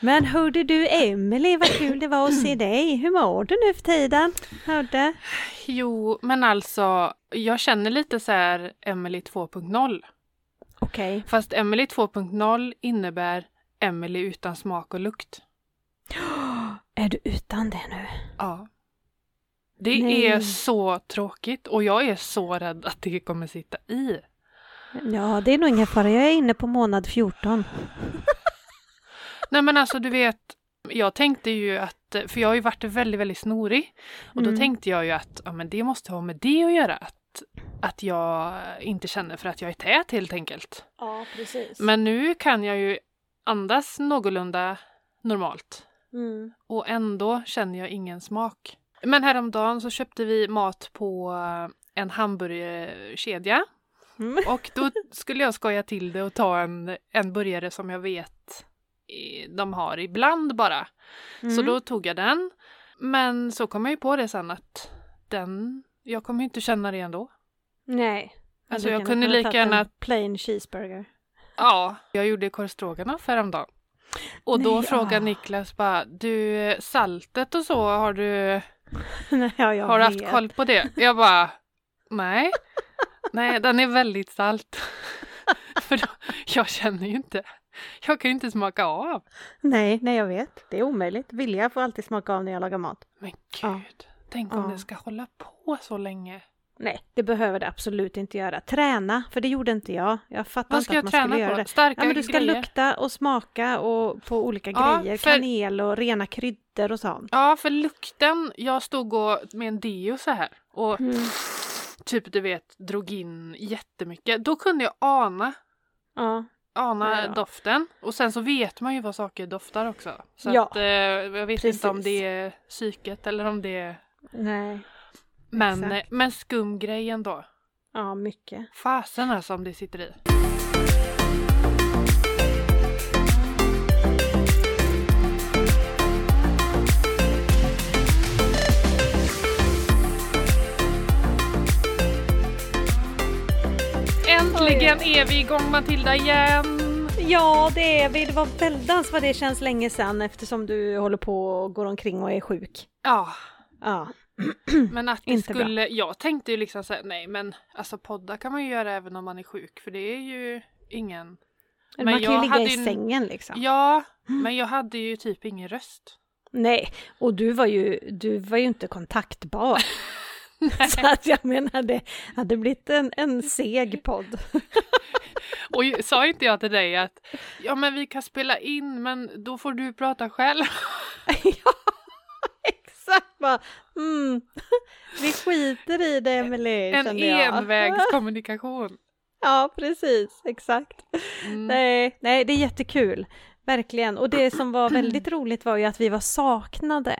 Men hörde du Emily, vad kul det var att se dig. Hur mår du nu för tiden? Hörde? Jo, men alltså, jag känner lite så här Emily 2.0. Okej. Fast Emily 2.0 innebär Emily utan smak och lukt. Är du utan det nu? Ja. Det är så tråkigt och jag är så rädd att det kommer sitta i. Ja, det är nog ingen fara. Jag är inne på månad 14. Nej men alltså du vet, jag tänkte ju att, för jag har ju varit väldigt, väldigt snorig. Och då tänkte jag ju att ja, men det måste ha med det att göra. Att jag inte känner för att jag är tät helt enkelt. Ja, precis. Men nu kan jag ju andas någorlunda normalt. Och ändå känner jag ingen smak. Men häromdagen så köpte vi mat på en hamburgerkedja. Och då skulle jag skoja till det och ta en burgare som jag vet de har ibland bara. Så då tog jag den. Men så kom jag ju på det sen att jag kommer ju inte känna det ändå. Nej. Alltså jag kunde lika gärna... plain cheeseburger. Ja, jag gjorde korvstroganoff häromdagen. Och då frågade Niklas bara, du, saltet och så, har du haft koll på det? Jag bara, nej, den är väldigt salt. För då, jag känner ju inte, jag kan ju inte smaka av. Nej, jag vet. Det är omöjligt. Vilja får alltid smaka av när jag lagar mat. Men gud, tänk om det ska hålla på så länge. Nej, det behöver det absolut inte göra. Träna, för det gjorde inte jag. Jag fattar inte att man skulle göra det. Starka men du ska grejer. Lukta och smaka och på olika grejer. Kanel och rena kryddor och sånt. Ja, för lukten, jag stod med en deo så här. Och typ du vet, drog in jättemycket. Då kunde jag ana doften. Och sen så vet man ju vad saker doftar också. Så att, jag vet inte om det är psyket eller om det är... Nej. Men skumgrejen då. Ja, mycket. Fasen alltså om det sitter i. Äntligen är vi igång, Matilda, igen. Ja, det är vi. Det var väldans vad det känns länge sedan eftersom du håller på och går omkring och är sjuk. Ja. Ja. Men att det skulle, jag tänkte ju liksom så här, nej men alltså podda kan man ju göra även om man är sjuk, för det är ju ingen. Men man kan ju ligga i sängen liksom. Ja, men jag hade ju typ ingen röst. Nej, och du var ju inte kontaktbar. Så att jag menar, det hade blivit en seg podd. Och sa inte jag till dig att ja men vi kan spela in, men då får du prata själv. Ja. Exakt, vi skiter i det, Emily. En envägskommunikation. Ja, precis, exakt. Nej, det är jättekul, verkligen. Och det som var väldigt roligt var ju att vi var saknade.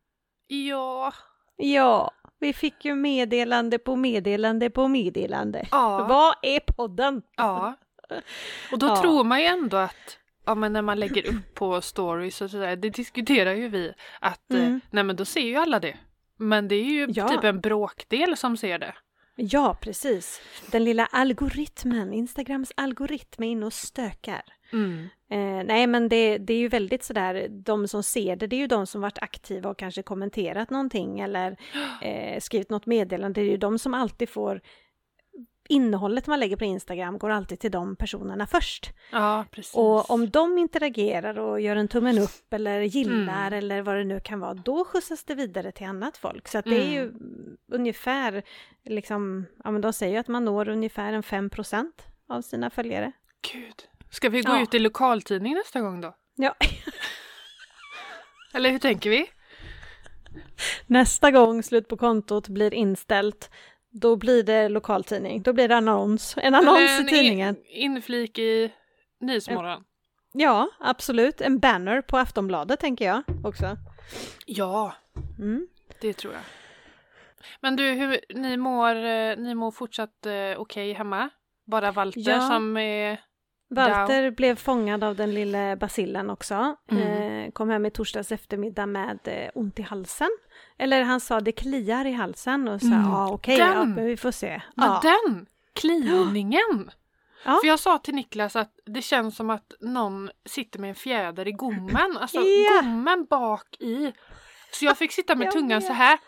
Ja, vi fick ju meddelande på meddelande på meddelande. Ja. Vad är podden? Ja, och då tror man ju ändå att men när man lägger upp på stories och sådär, det diskuterar ju vi att nej men då ser ju alla det. Men det är ju typ en bråkdel som ser det. Ja, precis. Den lilla algoritmen, Instagrams algoritm är inne och stökar. Nej, men det är ju väldigt sådär, de som ser det är ju de som varit aktiva och kanske kommenterat någonting eller skrivit något meddelande. Det är ju de som alltid får innehållet man lägger på Instagram går alltid till de personerna först. Ja, precis. Och om de interagerar och gör en tummen upp eller gillar eller vad det nu kan vara, då skjutsas det vidare till annat folk. Så att det är ju ungefär, liksom, ja men de säger ju att man når ungefär 5% av sina följare. Gud, ska vi gå ut i lokaltidning nästa gång då? Ja. Eller hur tänker vi? Nästa gång slut på kontot blir inställt, då blir det lokaltidning. Då blir det annons. En annons i tidningen. Inflik i Nyhetsmorgon. Ja, absolut. En banner på Aftonbladet tänker jag också. Ja, det tror jag. Men du, hur ni mår fortsatt okej hemma? Bara Walter som är... Walter blev fångad av den lilla basillen också. Kom hem i torsdags eftermiddag med ont i halsen. Eller han sa det kliar i halsen och sa okej, men vi får se. Men den kliningen! För jag sa till Niklas att det känns som att någon sitter med en fjäder i gommen. Alltså gommen bak i. Så jag fick sitta med tungan så här.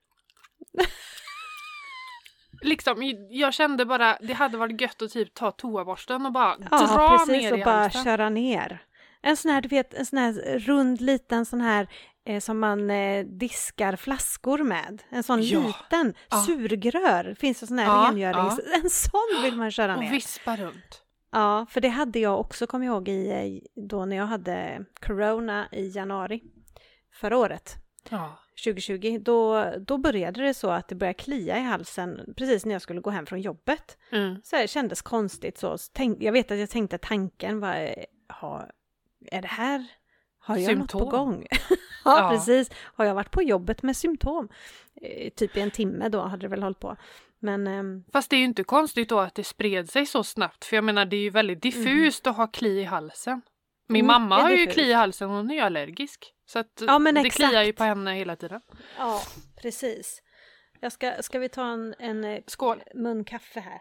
Liksom, jag kände bara, det hade varit gött att typ ta toaborsten och bara dra ner i halsen. Och bara köra ner. En sån här, du vet, en sån här rund liten sån här som man diskar flaskor med. En sån liten surgrör. Finns det sån här rengörings... En sån vill man köra ner. Och vispa runt. Ja, för det hade jag också, kom ihåg, då när jag hade corona i januari förra året. 2020, då började det så att det började klia i halsen precis när jag skulle gå hem från jobbet. Så det kändes konstigt. Jag vet att jag tänkte tanken var, är det här, har jag symptom? Något på gång? Ja, precis. Har jag varit på jobbet med symptom? Typ i en timme då hade det väl hållit på. Men, fast det är ju inte konstigt då att det spred sig så snabbt. För jag menar, det är ju väldigt diffust att ha kli i halsen. Min mamma har ju kli i halsen, hon är ju allergisk. Så att det kliar ju på henne hela tiden. Ja, precis. Ska vi ta en skål munkaffe här?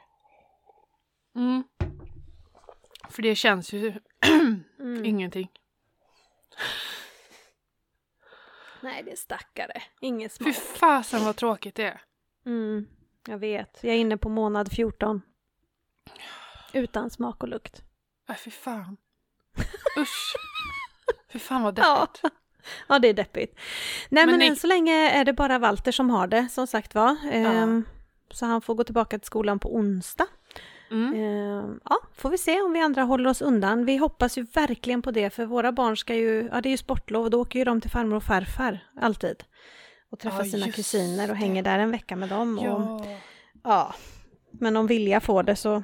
För det känns ju ingenting. Nej, det är stackare. Ingen smak. Fy fasen vad tråkigt det är. Jag vet. Jag är inne på månad 14. Utan smak och lukt. Fy fan. Usch. Fy fan vad deppigt. Ja, det är deppigt. Nej, men än så länge är det bara Walter som har det, som sagt var. Så han får gå tillbaka till skolan på onsdag. Får vi se om vi andra håller oss undan. Vi hoppas ju verkligen på det, för våra barn ska ju, det är ju sportlov och då åker ju de till farmor och farfar alltid. Och träffar sina kusiner och hänger där en vecka med dem. Men om Vilja får det så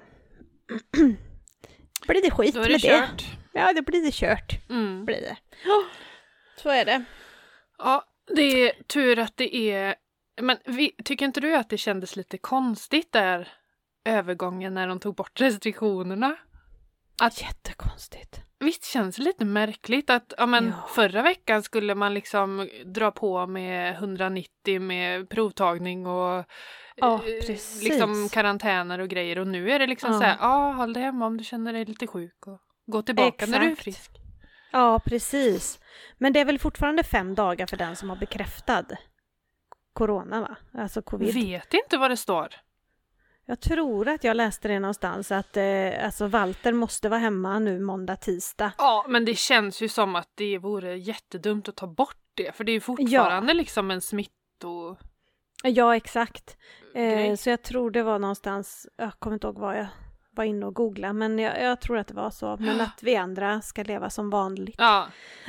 blir det skit med det. Ja, det blir det kört. Blir det. Så är det. Ja, det är tur att det är... Men tycker inte du att det kändes lite konstigt där övergången när de tog bort restriktionerna? Jättekonstigt. Visst känns det lite märkligt att förra veckan skulle man liksom dra på med 190 med provtagning och liksom karantäner och grejer. Och nu är det liksom så här, håll dig hemma om du känner dig lite sjuk och gå tillbaka när du är frisk. Ja, precis. Men det är väl fortfarande 5 dagar för den som har bekräftad corona, va? Alltså covid. Vet inte vad det står. Jag tror att jag läste det någonstans att alltså Walter måste vara hemma nu måndag, tisdag. Ja, men det känns ju som att det vore jättedumt att ta bort det. För det är ju fortfarande liksom en smitto... Ja, exakt. Så jag tror det var någonstans, jag kommer inte ihåg vad jag var inne och googla, men jag tror att det var så. Men att vi andra ska leva som vanligt. Ja.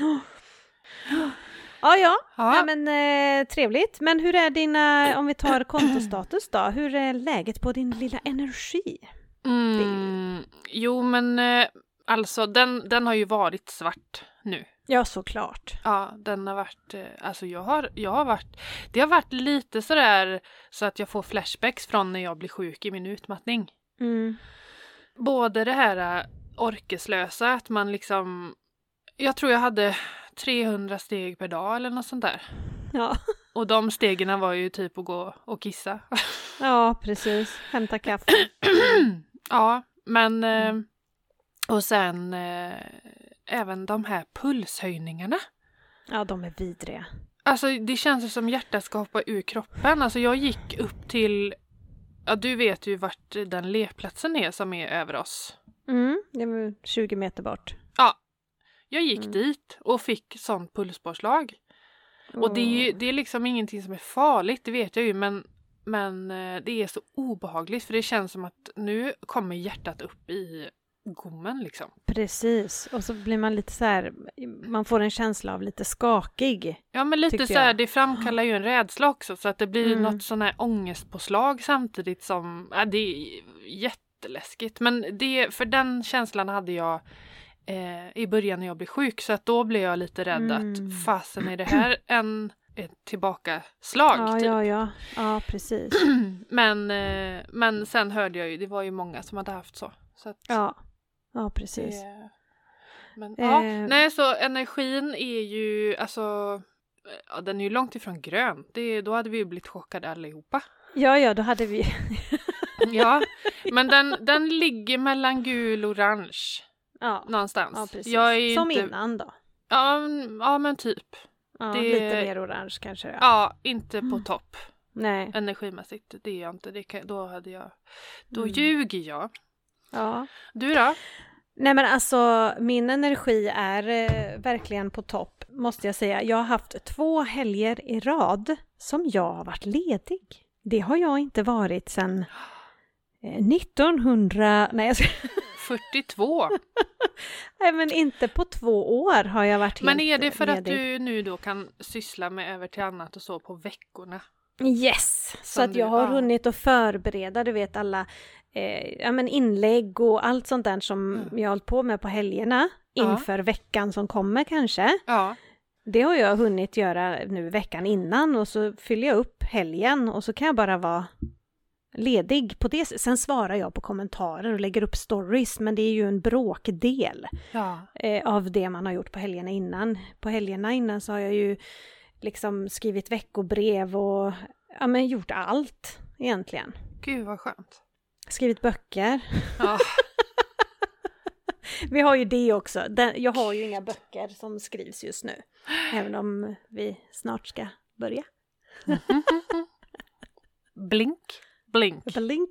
Ja, men trevligt. Men hur är dina, om vi tar kontostatus då, hur är läget på din lilla energi? Jo, men alltså den har ju varit svart nu. Ja, såklart. Ja, den har varit, alltså jag har varit, det har varit lite sådär så att jag får flashbacks från när jag blir sjuk i min utmattning. Både det här orkeslösa, att man liksom, jag tror jag hade 300 steg per dag eller något sånt där. Ja. Och de stegen var ju typ att gå och kissa. Ja, precis. Hämta kaffe. Ja, men och sen även de här pulshöjningarna. Ja, de är vidriga. Alltså det känns som hjärtat ska hoppa ur kroppen. Alltså jag gick upp till, du vet ju vart den lekplatsen är som är över oss. Det var 20 meter bort. Ja. Jag gick dit och fick sånt pulspåslag. Och det är liksom ingenting som är farligt, det vet jag ju. Men det är så obehagligt, för det känns som att nu kommer hjärtat upp i gommen liksom. Precis, och så blir man lite så här, man får en känsla av lite skakig. Ja, men lite så här, det framkallar ju en rädsla också. Så att det blir något sån här ångestpåslag samtidigt som, det är jätteläskigt. Men för den känslan hade jag i början när jag blev sjuk, så att då blev jag lite rädd att fasen är det här ett tillbakaslag typ. Ja, precis. men sen hörde jag ju, det var ju många som hade haft så att, ja, precis. Nej, så energin är ju alltså, den är ju långt ifrån grön. Då hade vi ju blivit chockade allihopa. Ja, då hade vi Ja, men den ligger mellan gul och orange. Ja. Någonstans. Ja, precis. Jag är som inte... innan då. Ja, men typ. Ja, det... lite mer orange kanske. Ja, inte på topp. Nej. Energimässigt, det är jag inte. Då ljuger jag. Ja. Du då? Nej men alltså min energi är verkligen på topp måste jag säga. Jag har haft 2 helger i rad som jag har varit ledig. Det har jag inte varit sedan 1900... Nej, jag ska... 42. Nej men inte på 2 år har jag varit helt Men är det för ledig. att du nu då kan syssla med över till annat och så på veckorna? Yes, så att jag har hunnit att förbereda, du vet alla inlägg och allt sånt där som jag har hållit på med på helgerna inför veckan som kommer kanske. Ja. Det har jag hunnit göra nu veckan innan och så fyller jag upp helgen och så kan jag bara vara ledig på det. Sen svarar jag på kommentarer och lägger upp stories, men det är ju en bråkdel av det man har gjort på helgerna innan. På helgerna innan så har jag ju liksom skrivit veckobrev och gjort allt egentligen. Gud vad skönt. Skrivit böcker. Ja. Vi har ju det också. Jag har ju inga böcker som skrivs just nu. Även om vi snart ska börja. Blink. Blink.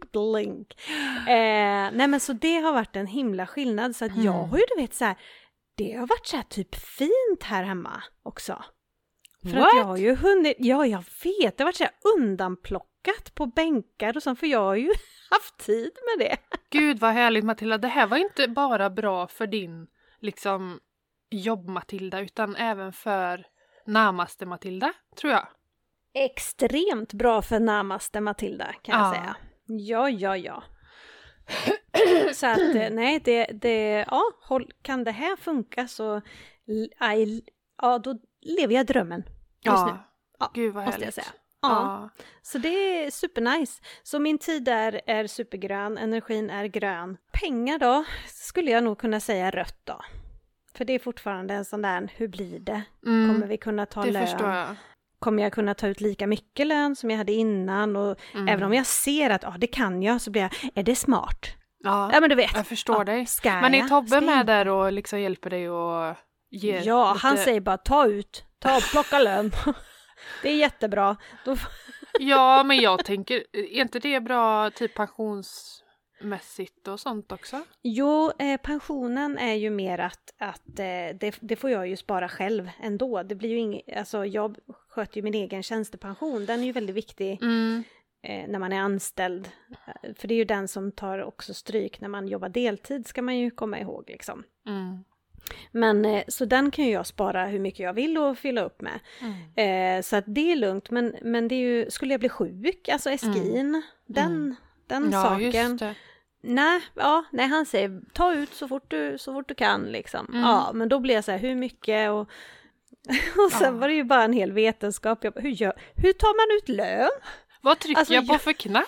Nej men så det har varit en himla skillnad. Så att jag har ju du vet så här. Det har varit så här typ fint här hemma också. För att jag har ju hunnit, jag vet, det har varit så här undanplockat på bänkar och sånt, för jag har ju haft tid med det. Gud vad härligt Matilda, det här var inte bara bra för din liksom jobb Matilda, utan även för närmaste Matilda, tror jag. Extremt bra för närmaste Matilda kan jag säga. Ja. Så att nej, kan det här funka så då lever jag drömmen just nu. Ja, gud vad måste härligt. jag säga. Ja. Så det är supernice. Så min tid där är supergrön, energin är grön. Pengar då skulle jag nog kunna säga rött då. För det är fortfarande en sån där, hur blir det? Kommer vi kunna ta lön? Det förstår jag. Kommer jag kunna ta ut lika mycket lön som jag hade innan? Och även om jag ser att det kan jag, så blir jag, är det smart? Ja, men du vet. Jag förstår dig. Men är Tobbe med där och liksom hjälper dig och ger Ja, lite... han säger bara ta och plocka lön. Det är jättebra. Ja, men jag tänker, är inte det bra typ pensionsmässigt och sånt också? Jo, pensionen är ju mer att det får jag ju spara själv ändå. Det blir ju jag sköter ju min egen tjänstepension. Den är ju väldigt viktig när man är anställd. För det är ju den som tar också stryk när man jobbar deltid, ska man ju komma ihåg liksom. Men så den kan ju jag spara hur mycket jag vill och fylla upp med. Så att det är lugnt, men det är ju, skulle jag bli sjuk, alltså SGI:n, den saken. Just det. Nej, han säger ta ut så fort du kan liksom. Ja, men då blir jag så här, hur mycket och sen var det ju bara en hel vetenskap. Hur tar man ut lön? Vad trycker jag på för knapp?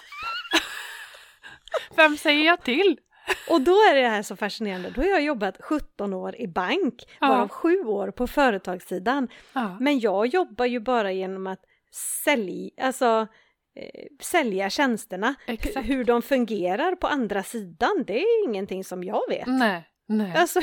Vem säger jag till? Och då är det här så fascinerande. Då har jag jobbat 17 år i bank, varav 7 år på företagssidan. Men jag jobbar ju bara genom att sälja tjänsterna. Hur de fungerar på andra sidan, det är ingenting som jag vet. Nej. Alltså,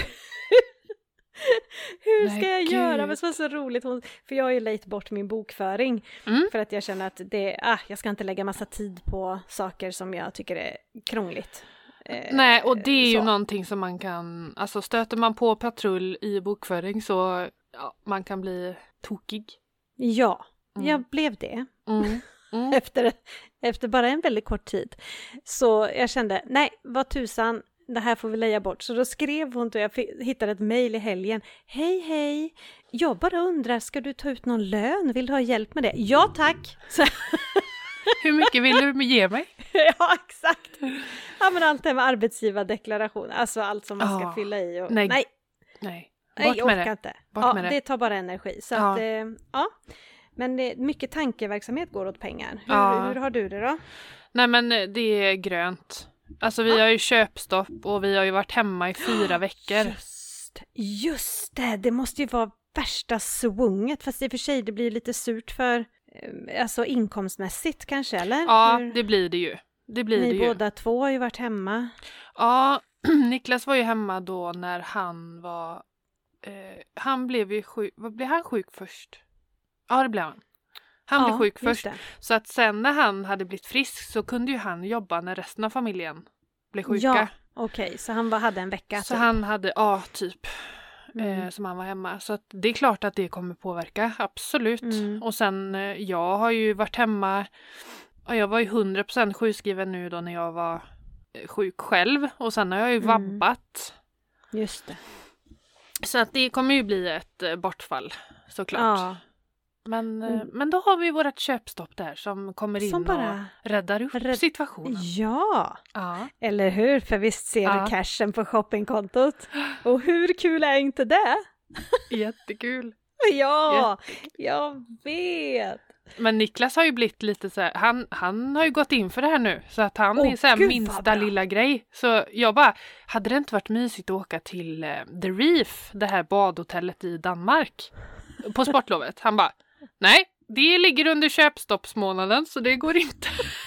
hur ska jag göra? Men det var så roligt. För jag har ju lejt bort min bokföring. För att jag känner att jag ska inte lägga massa tid på saker som jag tycker är krångligt. Nej, och det är ju någonting som man kan, alltså stöter man på patrull i bokföring så man kan bli tokig. Ja, jag blev det. Efter bara en väldigt kort tid. Så jag kände, nej, vad tusan, det här får vi leja bort. Så då skrev hon och jag hittade ett mejl i helgen. Hej, jag bara undrar, ska du ta ut någon lön? Vill du ha hjälp med det? Ja, tack! Så... Hur mycket vill du ge mig? Ja, exakt. Ja, men allt det med arbetsgivardeklaration. Alltså allt som man ska fylla i. Och... Nej. Jag orkar inte. Det tar bara energi. Så att, Men mycket tankeverksamhet går åt pengar. Hur har du det då? Nej, men det är grönt. Alltså vi har ju köpstopp och vi har ju varit hemma i 4 veckor. Just det. Det måste ju vara värsta svunget. Fast i och för sig det blir lite surt för... Alltså inkomstmässigt kanske, eller? Ja, det blir det ju. det blir det ju. Ni båda två har ju varit hemma. Ja, Niklas var ju hemma då när han var... han blev ju sjuk. Blev han sjuk först? Ja, det blev han. Han blev sjuk först. Så att sen när han hade blivit frisk så kunde ju han jobba när resten av familjen blev sjuka. Ja, okej. Så han hade en vecka. Så han hade, typ. Som han var hemma. Så att det är klart att det kommer påverka. Absolut. Och sen, jag har ju varit hemma. Och jag var ju 100% sjukskriven nu då när jag var sjuk själv. Och sen har jag ju vabbat. Just det. Så att det kommer ju bli ett bortfall, såklart. Ja. Men då har vi vårat köpstopp där som kommer in och räddar upp situationen. Ja, eller hur? För visst ser du cashen på shoppingkontot. Och hur kul är inte det? Jättekul. Ja, jag vet. Men Niklas har ju blivit lite så här, han har ju gått in för det här nu. Så att han är så här minsta lilla grej. Så jag bara, hade det inte varit mysigt att åka till The Reef, det här badhotellet i Danmark, på sportlovet? Han bara, nej, det ligger under köpstoppsmånaden så det går inte.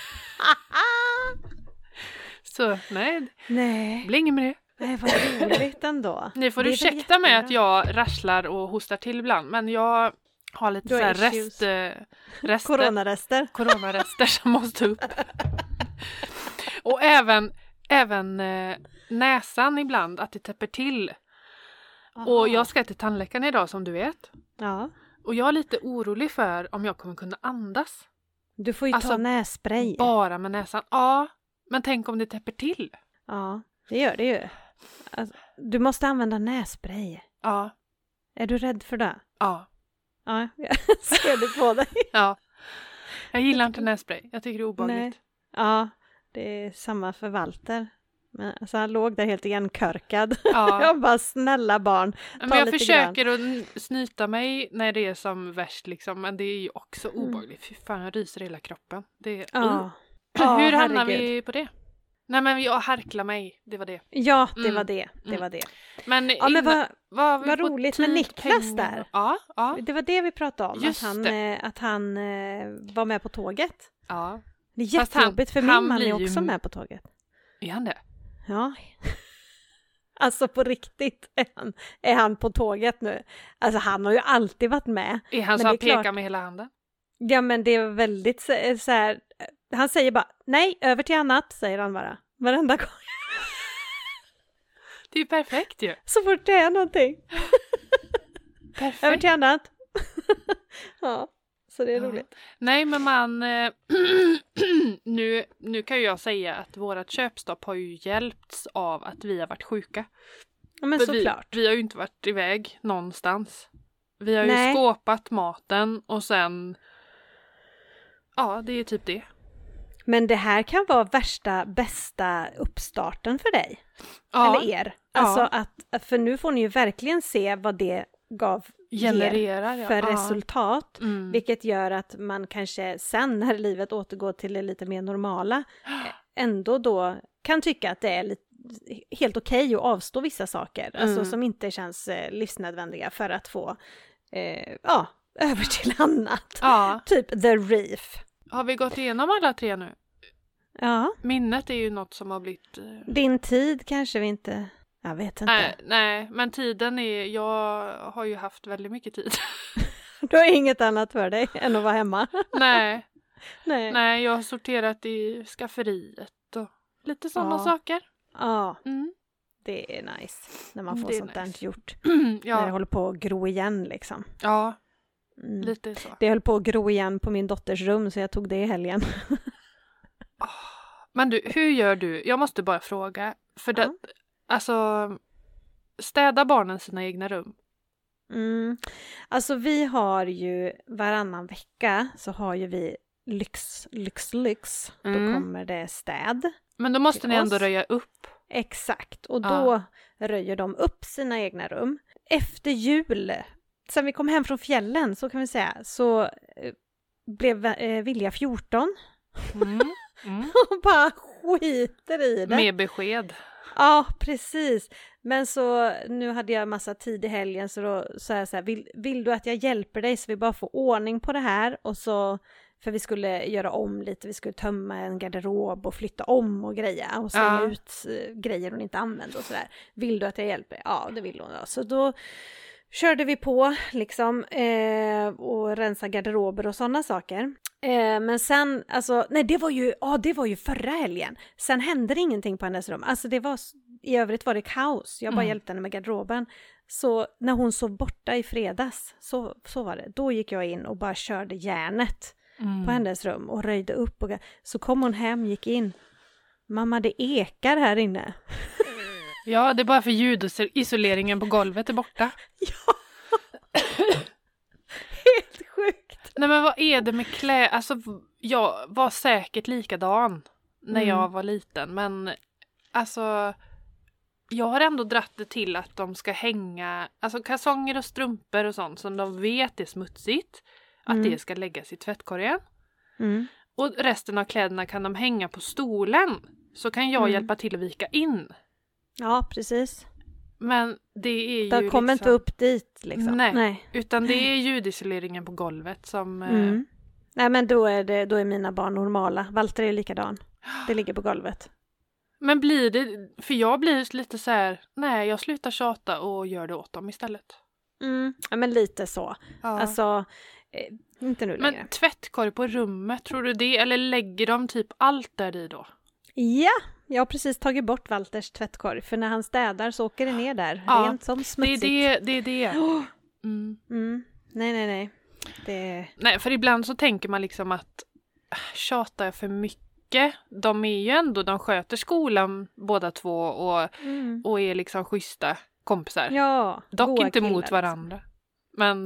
Så nej, det blir inget med det. Nej, vad roligt ändå. Ni får ursäkta mig att jag rasslar och hostar till ibland, men jag har lite så här rester. Coronarester som måste upp. Och även näsan ibland, att det täpper till. Aha. Och jag ska till tandläkaren idag som du vet. Ja. Och jag är lite orolig för om jag kommer kunna andas. Du får ju ta nässpray. Bara med näsan. Ja, men tänk om det täpper till. Ja, det gör det ju. Alltså, du måste använda nässpray. Ja. Är du rädd för det? Ja. Ja, jag ser det på dig. Ja. Jag gillar inte nässpray. Jag tycker det är obehagligt. Nej. Ja, det är samma för Walter. Men alltså, han låg där helt igenkörkad. Ja. Jag bara, snälla barn. Men jag försöker att snyta mig när det är som värst liksom. Men det är ju också obehagligt. Fy fan, jag ryser hela kroppen. Det är, Hur hamnar vi på det? Nej, men jag harklar mig. Det var det. Ja, det var det. Det var det. Men, vad roligt med Niklas där. Ja. Det var det vi pratade om. Just att han var med på tåget. Ja. Det är jättejobbigt för min man är också med på tåget. Är han det? Ja. Alltså på riktigt är han på tåget nu. Alltså han har ju alltid varit med. Är han så han pekar med hela handen? Ja, men det är väldigt så här. Han säger bara, nej, över till annat, säger han bara. Varenda gång. Det är ju perfekt ju. Så fort det är någonting. Perfekt. Över till annat. Ja, så det är roligt. Nej, men nu kan ju jag säga att vårat köpstopp har ju hjälpts av att vi har varit sjuka. Ja, men såklart. Vi har ju inte varit iväg någonstans. Vi har ju skåpat maten och sen... Ja, det är typ det. Men det här kan vara bästa uppstarten för dig. Ja. Eller er. Alltså för nu får ni ju verkligen se vad det genererar för resultat. Vilket gör att man kanske sen när livet återgår till det lite mer normala ändå då kan tycka att det är helt okej att avstå vissa saker. Alltså som inte känns livsnödvändiga för att få över till annat. Ja. Typ The Reef. Har vi gått igenom alla tre nu? Ja. Minnet är ju något som har blivit... Din tid kanske vi inte... Jag vet inte. Nej, men tiden är... Jag har ju haft väldigt mycket tid. Du har inget annat för dig än att vara hemma. Nej, jag har sorterat i skafferiet och lite sådana saker. Ja, det är nice när man får sånt där gjort. När det håller på att gro igen liksom. Ja, lite så. Det höll på att gro igen på min dotters rum så jag tog det i helgen. Men du, hur gör du? Jag måste bara fråga. För det, alltså, städa barnen sina egna rum? Alltså vi har ju varannan vecka så har ju vi lyx. Då kommer det städ. Men då måste ni ändå röja upp. Exakt, och då röjer de upp sina egna rum. Efter jul, sen vi kom hem från fjällen så kan vi säga, så blev Vilja 14. Och bara skiter i det. Med besked. Ja, precis. Men så nu hade jag massa tid i helgen så då sa jag så här, vill du att jag hjälper dig så vi bara får ordning på det här? Och så För vi skulle göra om lite, vi skulle tömma en garderob och flytta om och greja och slänga ut grejer hon inte använde och sådär. Vill du att jag hjälper? Ja, det vill hon. Så då körde vi på liksom och rensa garderober och sådana saker. Men sen, alltså, nej det var ju förra helgen. Sen hände det ingenting på hennes rum. Alltså i övrigt var det kaos. Jag bara hjälpte henne med garderoben. Så när hon sov borta i fredags, så var det. Då gick jag in och bara körde järnet på hennes rum och röjde upp. Så kom hon hem, gick in. Mamma, det ekar här inne. Ja, det är bara för ljudisoleringen på golvet är borta. Ja. Helt sjukt. Nej, men vad är det med kläder? Alltså, jag var säkert likadan när jag var liten. Men alltså, jag har ändå dratt det till att de ska hänga, alltså kalsonger och strumpor och sånt som de vet är smutsigt. Att det ska läggas i tvättkorgen. Och resten av kläderna kan de hänga på stolen. Så kan jag hjälpa till att vika in. Ja, precis. Men det är ju det kommer inte upp dit liksom. Nej, utan det är ljudisoleringen på golvet som... Nej, men då är mina barn normala. Walter är likadan. Det ligger på golvet. Men blir det... För jag blir lite så här... Nej, jag slutar tjata och gör det åt dem istället. Ja, men lite så. Ja. Alltså, inte nu längre. Men tvättkorg på rummet, tror du det? Eller lägger de typ allt där i då? Ja, jag har precis tagit bort Walters tvättkorg. För när han städar så åker det ner där. Rent som smutsigt. Det är det. Nej. Nej, för ibland så tänker man liksom att tjatar jag för mycket. De är ju ändå, de sköter skolan båda två och är liksom schyssta kompisar. Ja, dock inte killar, mot varandra. Men,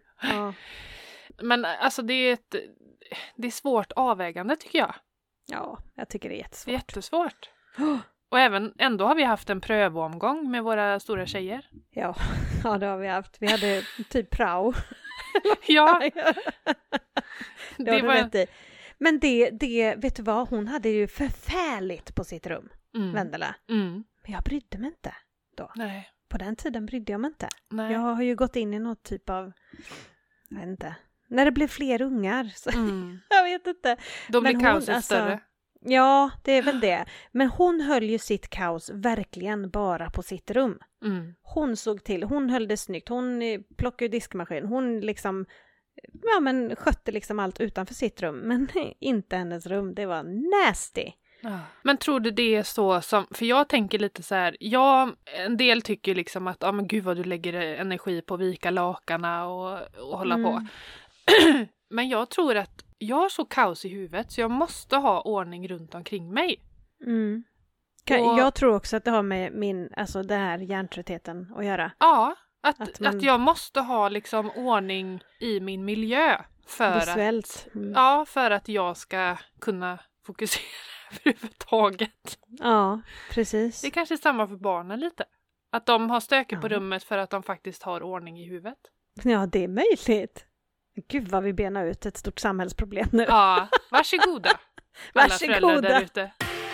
men alltså det är svårt avvägande tycker jag. Ja, jag tycker det är jättesvårt. Det är jättesvårt. Och ändå har vi haft en prövomgång med våra stora tjejer. Ja, det har vi haft. Vi hade typ prao. Ja. Det var rätt i. Men det, vet du vad? Hon hade ju förfärligt på sitt rum, Vendela. Men jag brydde mig inte då. Nej. På den tiden brydde jag mig inte. Nej. Jag har ju gått in i något typ av, jag vet inte, när det blev fler ungar. Så, jag vet inte. Då blir kaoset större. Ja, det är väl det. Men hon höll ju sitt kaos verkligen bara på sitt rum. Hon såg till, hon höll det snyggt. Hon plockade diskmaskin. Hon liksom, ja men skötte liksom allt utanför sitt rum. Men inte hennes rum. Det var nasty. Men tror du det är så som, för jag tänker lite så här, en del tycker liksom att, men gud vad du lägger energi på att vika lakarna och hålla på. Men jag tror att jag har så kaos i huvudet så jag måste ha ordning runt omkring mig. Jag tror också att det har med alltså det här hjärntröttheten att göra. Ja, att jag måste ha liksom ordning i min miljö visuellt. För att jag ska kunna fokusera överhuvudtaget. Ja, precis. Det är kanske samma för barnen lite. Att de har stökigt på rummet för att de faktiskt har ordning i huvudet. Ja, det är möjligt. Gud vad vi benar ut ett stort samhällsproblem nu. Ja, varsågoda. Alla föräldrar där ute.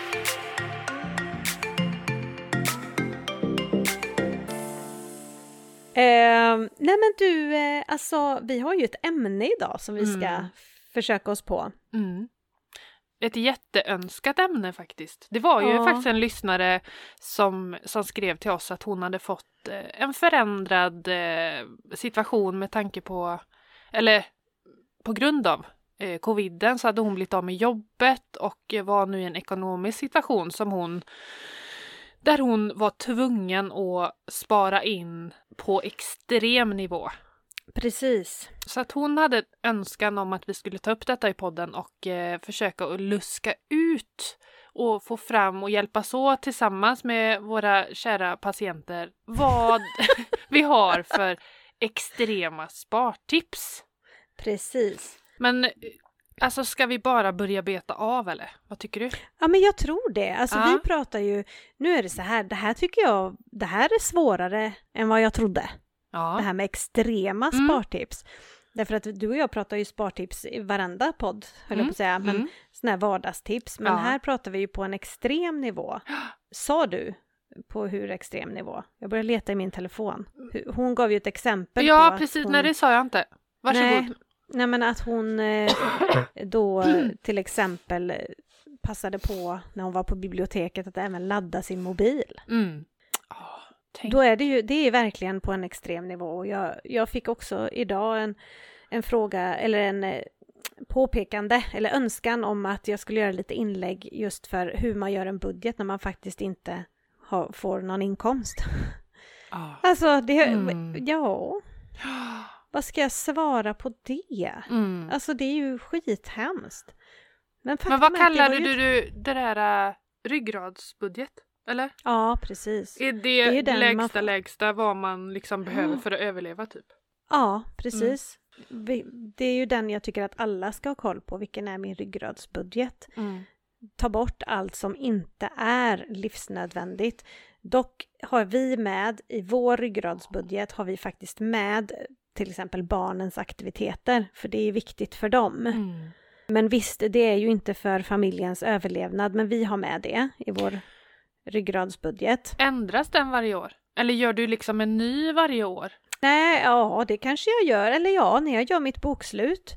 Nej men du, alltså vi har ju ett ämne idag som vi ska försöka oss på. Ett jätteönskat ämne faktiskt. Det var ju faktiskt en lyssnare som skrev till oss att hon hade fått en förändrad situation med tanke på, eller på grund av coviden så hade hon blivit av med jobbet och var nu i en ekonomisk situation där hon var tvungen att spara in på extrem nivå. Precis. Så att hon hade önskan om att vi skulle ta upp detta i podden och försöka att luska ut och få fram och hjälpas åt tillsammans med våra kära patienter vad vi har för extrema spartips. Precis. Men alltså ska vi bara börja beta av eller? Vad tycker du? Ja men jag tror det. Alltså vi pratar ju, nu är det så här, det här tycker jag, det här är svårare än vad jag trodde. Ja. Det här med extrema spartips. Därför att du och jag pratar ju spartips i varenda podd, höll jag på att säga. Men sådana här vardagstips. Men här pratar vi ju på en extrem nivå. Sa du på hur extrem nivå? Jag började leta i min telefon. Hon gav ju ett exempel på precis. Nej, det sa jag inte. Varsågod. Nej, men att hon då till exempel passade på när hon var på biblioteket att även ladda sin mobil. Då är det är verkligen på en extrem nivå. Och jag fick också idag en fråga eller en påpekande eller önskan om att jag skulle göra lite inlägg just för hur man gör en budget när man faktiskt inte får någon inkomst. Alltså, ja. Vad ska jag svara på det? Alltså, det är ju skithemskt. Men vad kallade du det där ryggradsbudget? Eller? Ja, precis. Är det lägsta vad man liksom behöver för att överleva typ? Ja, precis. Det är ju den jag tycker att alla ska ha koll på. Vilken är min ryggradsbudget? Ta bort allt som inte är livsnödvändigt. Dock har vi med i vår ryggradsbudget har vi faktiskt med till exempel barnens aktiviteter. För det är viktigt för dem. Men visst, det är ju inte för familjens överlevnad. Men vi har med det i vår ryggradsbudget. Ändras den varje år? Eller gör du liksom en ny varje år? Nej, ja, det kanske jag gör. Eller när jag gör mitt bokslut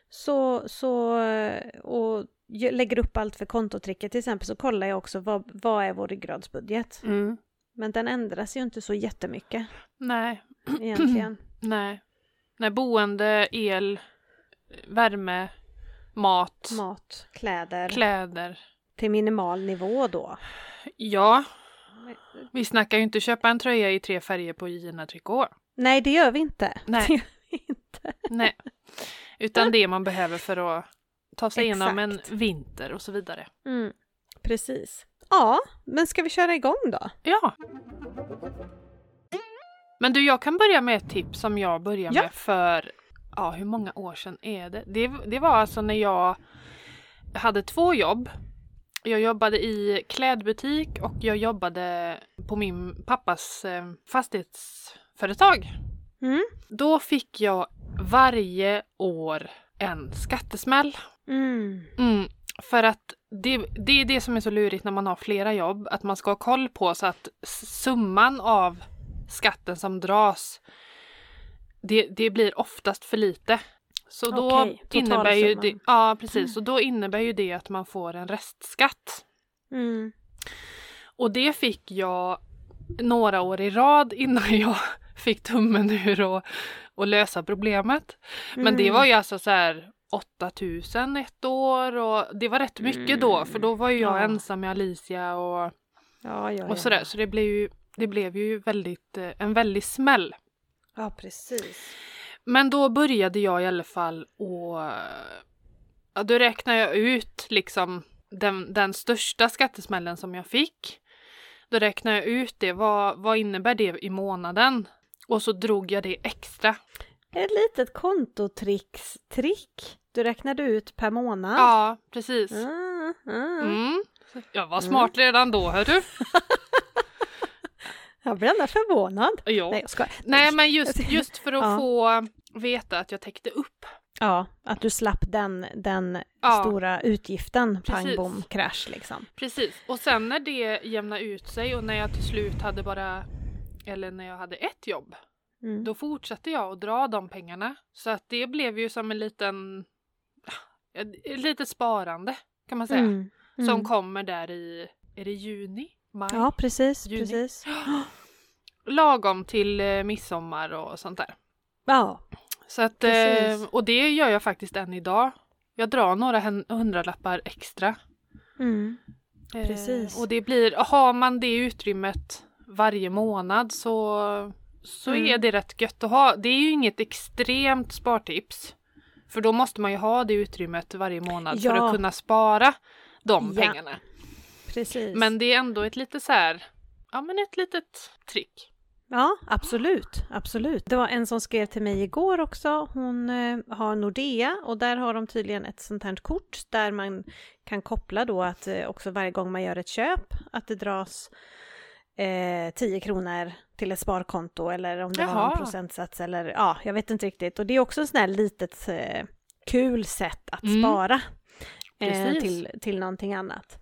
och lägger upp allt för kontotricket till exempel, så kollar jag också vad är vår ryggradsbudget. Men den ändras ju inte så jättemycket. Nej. Egentligen. Nej, boende, el, värme, mat, kläder. Till minimal nivå då. Ja. Vi snackar ju inte köpa en tröja i 3 färger på Gina-trikå. Nej, det gör vi inte. Nej. Utan det man behöver för att ta sig igenom en vinter och så vidare. Precis. Ja, men ska vi köra igång då? Ja. Men du, jag kan börja med ett tips som jag började med för, hur många år sedan är det? Det var alltså när jag hade 2 jobb. Jag jobbade i klädbutik och jag jobbade på min pappas fastighetsföretag. Då fick jag varje år en skattesmäll. För att det är det som är så lurigt när man har flera jobb. Att man ska ha koll på så att summan av skatten som dras, det blir oftast för lite. Så då innebär ju det, precis. Så då innebär ju det att man får en restskatt. Och det fick jag några år i rad innan jag fick tummen ur och lösa problemet. Men det var ju alltså så här 8,000 ett år och det var rätt mycket då, för då var ju jag ensam med Alicia och sådär. Så det blev ju en väldigt smäll. Ja, precis. Men då började jag i alla fall då räknade jag ut liksom den största skattesmällen som jag fick. Då räknade jag ut det, vad innebär det i månaden? Och så drog jag det extra. Ett litet kontotrick. Du räknade ut per månad. Ja, precis. Jag var smart redan då, hör du? Jag blir ändå förvånad. Jo. Nej, jag ska. Nej, men just för att få veta att jag täckte upp. Ja, att du slapp den stora utgiften, pang, bom, krasch liksom. Precis, och sen när det jämnade ut sig och när jag till slut hade när jag hade ett jobb, då fortsatte jag att dra de pengarna. Så att det blev ju som ett litet sparande, kan man säga. Som kommer där är det juni? Maj? Ja, precis. Lagom till midsommar och sånt där. Ja. Så att, och det gör jag faktiskt än idag. Jag drar några hundralappar extra. Precis. Och det blir, har man det utrymmet varje månad så är det rätt gött att ha. Det är ju inget extremt spartips. För då måste man ju ha det utrymmet varje månad för att kunna spara de pengarna. Precis. Men det är ändå ett lite så här, ett litet trick. Ja, absolut. Det var en som skrev till mig igår också. Hon har Nordea och där har de tydligen ett sånt här kort där man kan koppla då att också varje gång man gör ett köp att det dras 10 kronor till ett sparkonto eller om det var en procentsats eller jag vet inte riktigt. Och det är också en sån här litet kul sätt att spara till någonting annat.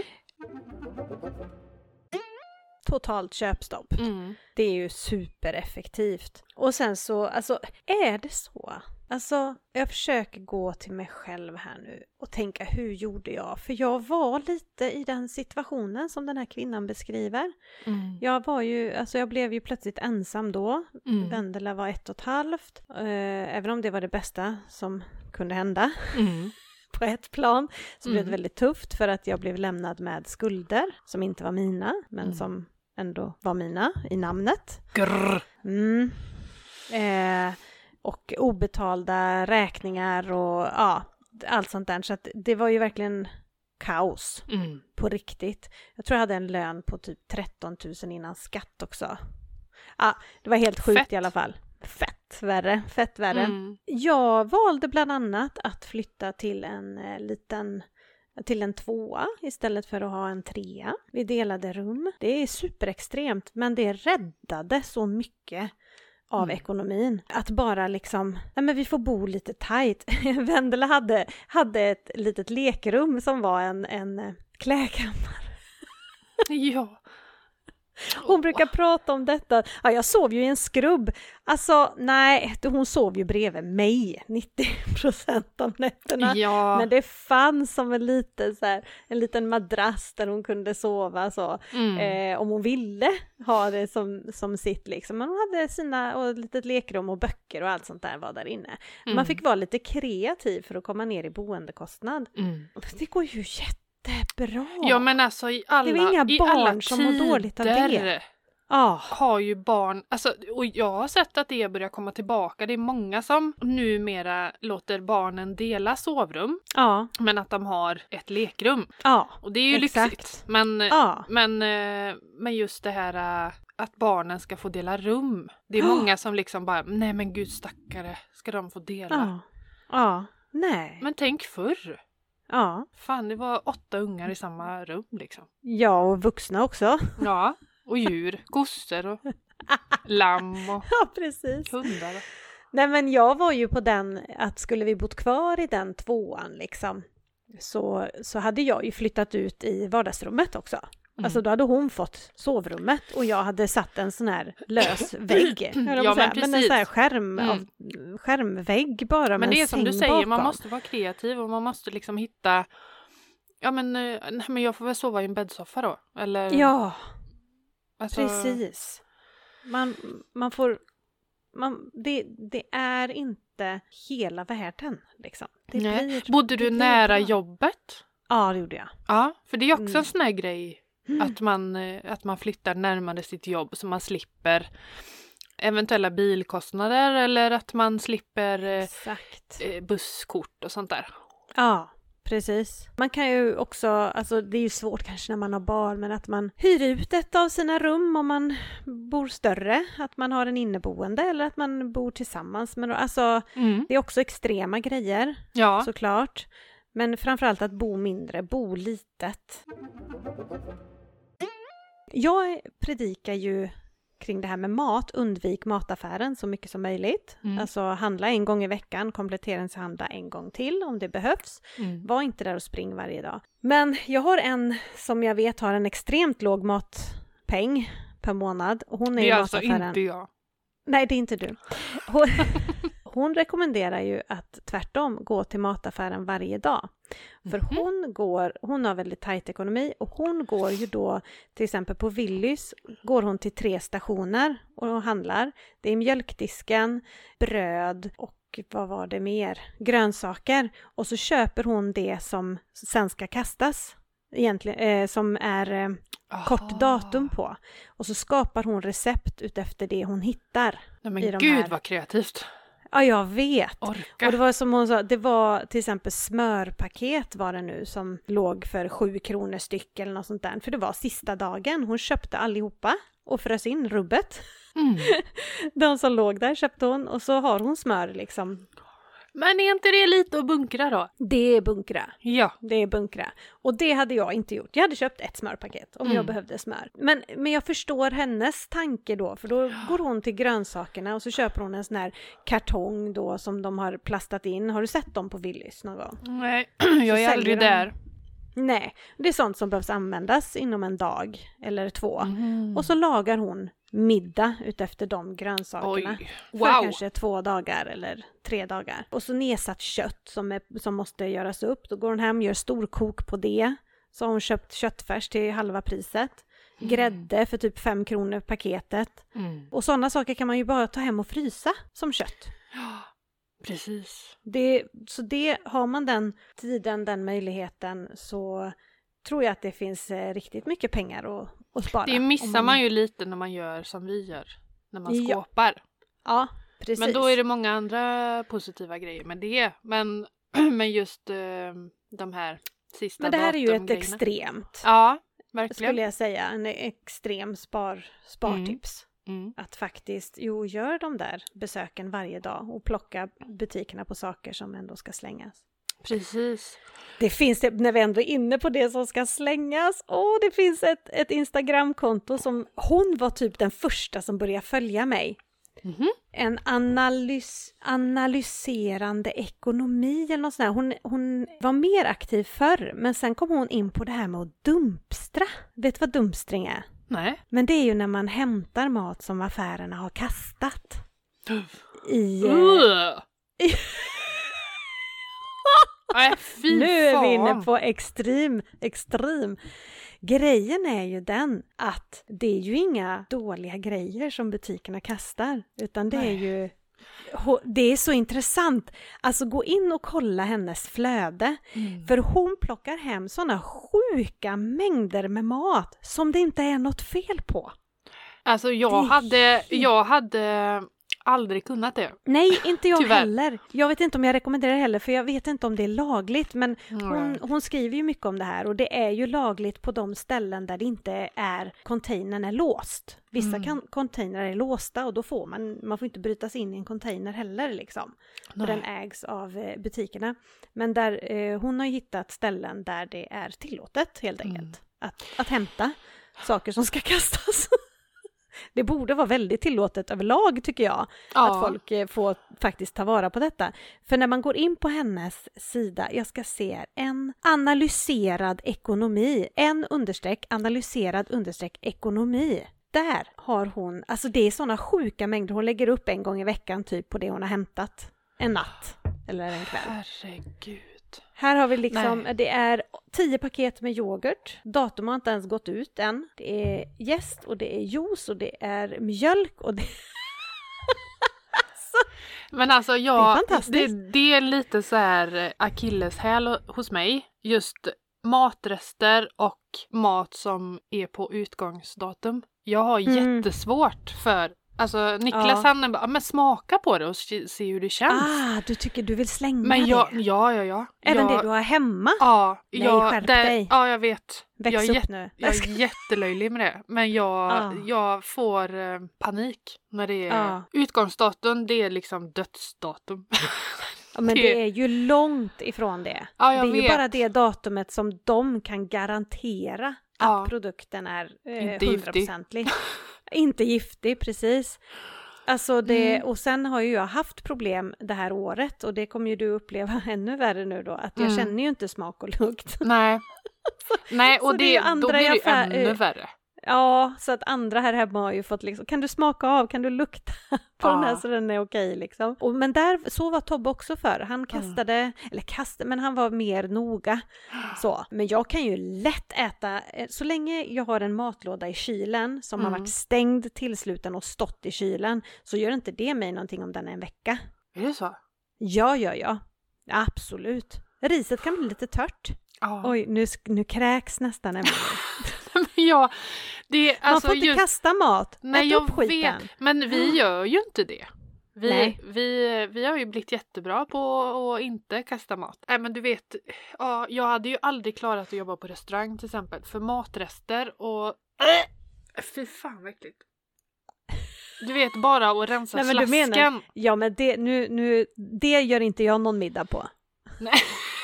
Totalt köpstopp. Det är ju supereffektivt. Och sen så, är det så Alltså, jag försöker gå till mig själv här nu och tänka, hur gjorde jag? För jag var lite i den situationen som den här kvinnan beskriver. Jag blev ju plötsligt ensam då. Vendela var 1,5. Även om det var det bästa som kunde hända på ett plan, så blev det väldigt tufft för att jag blev lämnad med skulder som inte var mina, men som ändå var mina i namnet. Och obetalda räkningar och allt sånt där. Så att det var ju verkligen kaos på riktigt. Jag tror jag hade en lön på typ 13 000 innan skatt också. Det var helt sjukt i alla fall. Fett värre. Jag valde bland annat att flytta till en 2 istället för att ha en 3. Vi delade rum. Det är superextremt, men det räddade så mycket av ekonomin. Att bara liksom, men vi får bo lite tajt. Vendela hade ett litet lekrum som var en klädkammare. Ja. Hon brukar prata om detta. Ja, jag sov ju i en skrubb. Alltså, nej, hon sov ju bredvid mig 90% av nätterna. Ja. Men det fanns som en liten madrass där hon kunde sova så. Om hon ville ha det som sitt liksom. Men hon hade och ett litet lekrum och böcker och allt sånt där var där inne. Man fick vara lite kreativ för att komma ner i boendekostnad. Det går ju jättebra. Ja, men alltså det var inga barn som mår dåligt av det. Har ju barn, alltså, och jag har sett att det börjar komma tillbaka. Det är många som numera låter barnen dela sovrum, men att de har ett lekrum. Och det är ju lyxigt. Men just det här att barnen ska få dela rum. Det är många som liksom bara, nej men gud stackare, ska de få dela? Nej. Men tänk förr. Fan, det var 8 ungar i samma rum liksom. Ja, och vuxna också. Ja, och djur, kossor och lamm och precis. hundar. Nej, men jag var ju på den att skulle vi bott kvar i den 2:an liksom, så hade jag ju flyttat ut i vardagsrummet också. Alltså då hade hon fått sovrummet och jag hade satt en sån här lös vägg. Men en sån här skärmvägg bara. Men det är som du säger, bakom. Man måste vara kreativ och man måste liksom hitta, men jag får väl sova i en bäddsoffa då. Eller, ja, alltså, precis. Det är inte hela världen liksom. Bodde du nära jobbet? Ja, det gjorde jag. Ja, för det är också en sån här grej. Att man flyttar närmare sitt jobb så man slipper eventuella bilkostnader eller att man slipper busskort och sånt där. Ja, precis. Man kan ju också, alltså det är ju svårt kanske när man har barn, men att man hyr ut ett av sina rum om man bor större, att man har en inneboende eller att man bor tillsammans. Men alltså det är också extrema grejer, såklart. Men framförallt att bo mindre, bo litet. Jag predikar ju kring det här med mat. Undvik mataffären så mycket som möjligt. Alltså handla en gång i veckan, kompletteringshandla en gång till om det behövs. Var inte där och spring varje dag. Men jag har en som jag vet har en extremt låg matpeng per månad. Och hon är det är alltså inte jag. Nej, det är inte du. Hon rekommenderar ju att tvärtom gå till mataffären varje dag. För hon har väldigt tajt ekonomi och hon går ju då till exempel på Willys går hon till 3 stationer och handlar. Det är mjölkdisken, bröd och vad var det mer? Grönsaker. Och så köper hon det som sen ska kastas egentligen, som är kort datum på. Och så skapar hon recept utefter det hon hittar. Nej, men gud vad kreativt. Ja, jag vet. Orka. Och det var som hon sa, det var till exempel smörpaket var det nu som låg för 7 kronor styck eller något sånt där. För det var sista dagen. Hon köpte allihopa och frös in rubbet. De som låg där köpte hon och så har hon smör liksom. Men är inte det lite att bunkra då? Det är bunkra. Ja. Det är bunkra. Och det hade jag inte gjort. Jag hade köpt ett smörpaket om jag behövde smör. Men jag förstår hennes tanke då. För då går hon till grönsakerna och så köper hon en sån här kartong då som de har plastat in. Har du sett dem på Willys någon gång? Nej, jag är aldrig där. Nej, det är sånt som behövs användas inom en dag eller 2. Och så lagar hon middag utefter de grönsakerna. Oj. För Wow. kanske 2 dagar eller 3 dagar. Och så nedsatt kött som måste göras upp. Då går hon hem och gör storkok på det. Så har hon köpt köttfärs till halva priset. Grädde för typ 5 kronor paketet. Och sådana saker kan man ju bara ta hem och frysa som kött. Ja, precis. Så det har man den tiden, den möjligheten, så tror jag att det finns riktigt mycket pengar att spara. Det missar man ju lite när man gör som vi gör. När man skåpar. Ja, precis. Men då är det många andra positiva grejer med det. Men just de här sista Men det här är ju ett datumgrejerna. extremt. Ja, verkligen. Skulle jag säga. En extrem spartips. Att faktiskt, gör de där besöken varje dag och plocka butikerna på saker som ändå ska slängas. Precis. Det finns, när vi ändå är inne på det som ska slängas, det finns ett Instagramkonto som, hon var typ den första som började följa mig. En analyserande ekonomi eller något sånt där. Hon var mer aktiv förr, men sen kom hon in på det här med att dumpstra. Vet du vad dumpstring är? Nej. Men det är ju när man hämtar mat som affärerna har kastat. Nu är vi inne på extrem. Grejen är ju den att det är ju inga dåliga grejer som butikerna kastar, utan det är ju, det är så intressant. Alltså gå in och kolla hennes flöde, för hon plockar hem sådana sjuka mängder med mat som det inte är något fel på. Alltså jag hade aldrig kunnat det. Nej, inte jag Tyvärr. heller. Jag vet inte om jag rekommenderar det heller, för jag vet inte om det är lagligt, men hon skriver ju mycket om det här, och det är ju lagligt på de ställen där det inte är, containern är låst. Vissa containrar är låsta, och då får man får inte bryta sig in i en container heller liksom. För den ägs av butikerna. Men där hon har hittat ställen där det är tillåtet helt enkelt att hämta saker som ska kastas. Det borde vara väldigt tillåtet överlag, tycker jag, att folk får faktiskt ta vara på detta. För när man går in på hennes sida, jag ska se här, en analyserad ekonomi, analyserad_ekonomi. Där har hon, alltså det är sådana sjuka mängder, hon lägger upp en gång i veckan typ på det hon har hämtat en natt eller en kväll. Herregud. Här har vi liksom, det är 10 paket med yoghurt. Datum har inte ens gått ut än. Det är jäst och det är juice och det är mjölk och det Men alltså det är fantastiskt. det är lite så här akilleshäl hos mig. Just matrester och mat som är på utgångsdatum. Jag har jättesvårt för. Alltså Niklas han bara, men smaka på det och se hur det känns. Du tycker du vill slänga men det? Ja. Även det du har hemma? Ja. Skärp dig. Ja, jag vet. Väx upp nu. Jag är jättelöjlig med det. Men jag får panik när det är utgångsdatum. Det är liksom dödsdatum. Ja, men det är ju långt ifrån det. Ja, det är vet. ju bara det datumet som de kan garantera att produkten är 100%. Inte giftig, precis. Alltså det, och sen har ju jag haft problem det här året, och det kommer ju du uppleva ännu värre nu då, att jag känner ju inte smak och lukt. Nej, och då blir det ju ännu värre. Ja, så att andra här hemma har ju fått liksom, kan du smaka av, kan du lukta på den här så den är okej liksom. Men så var Tobbe också för. Han kastade, men han var mer noga. Så. Men jag kan ju lätt äta, så länge jag har en matlåda i kylen som har varit stängd, tillsluten och stått i kylen, så gör inte det mig någonting om den är en vecka. Är det så? Ja. Absolut. Riset kan bli lite tört. Oj, nu kräks nästan en man får inte kasta mat. Nej, jag vet. Men vi gör ju inte det. Vi har ju blivit jättebra på att inte kasta mat. Nej, men du vet, jag hade ju aldrig klarat att jobba på restaurang till exempel. För matrester och... fy fan, vad äckligt. Du vet, bara att rensa slaskan. Du menar, ja, men det gör inte jag någon middag på. Nej.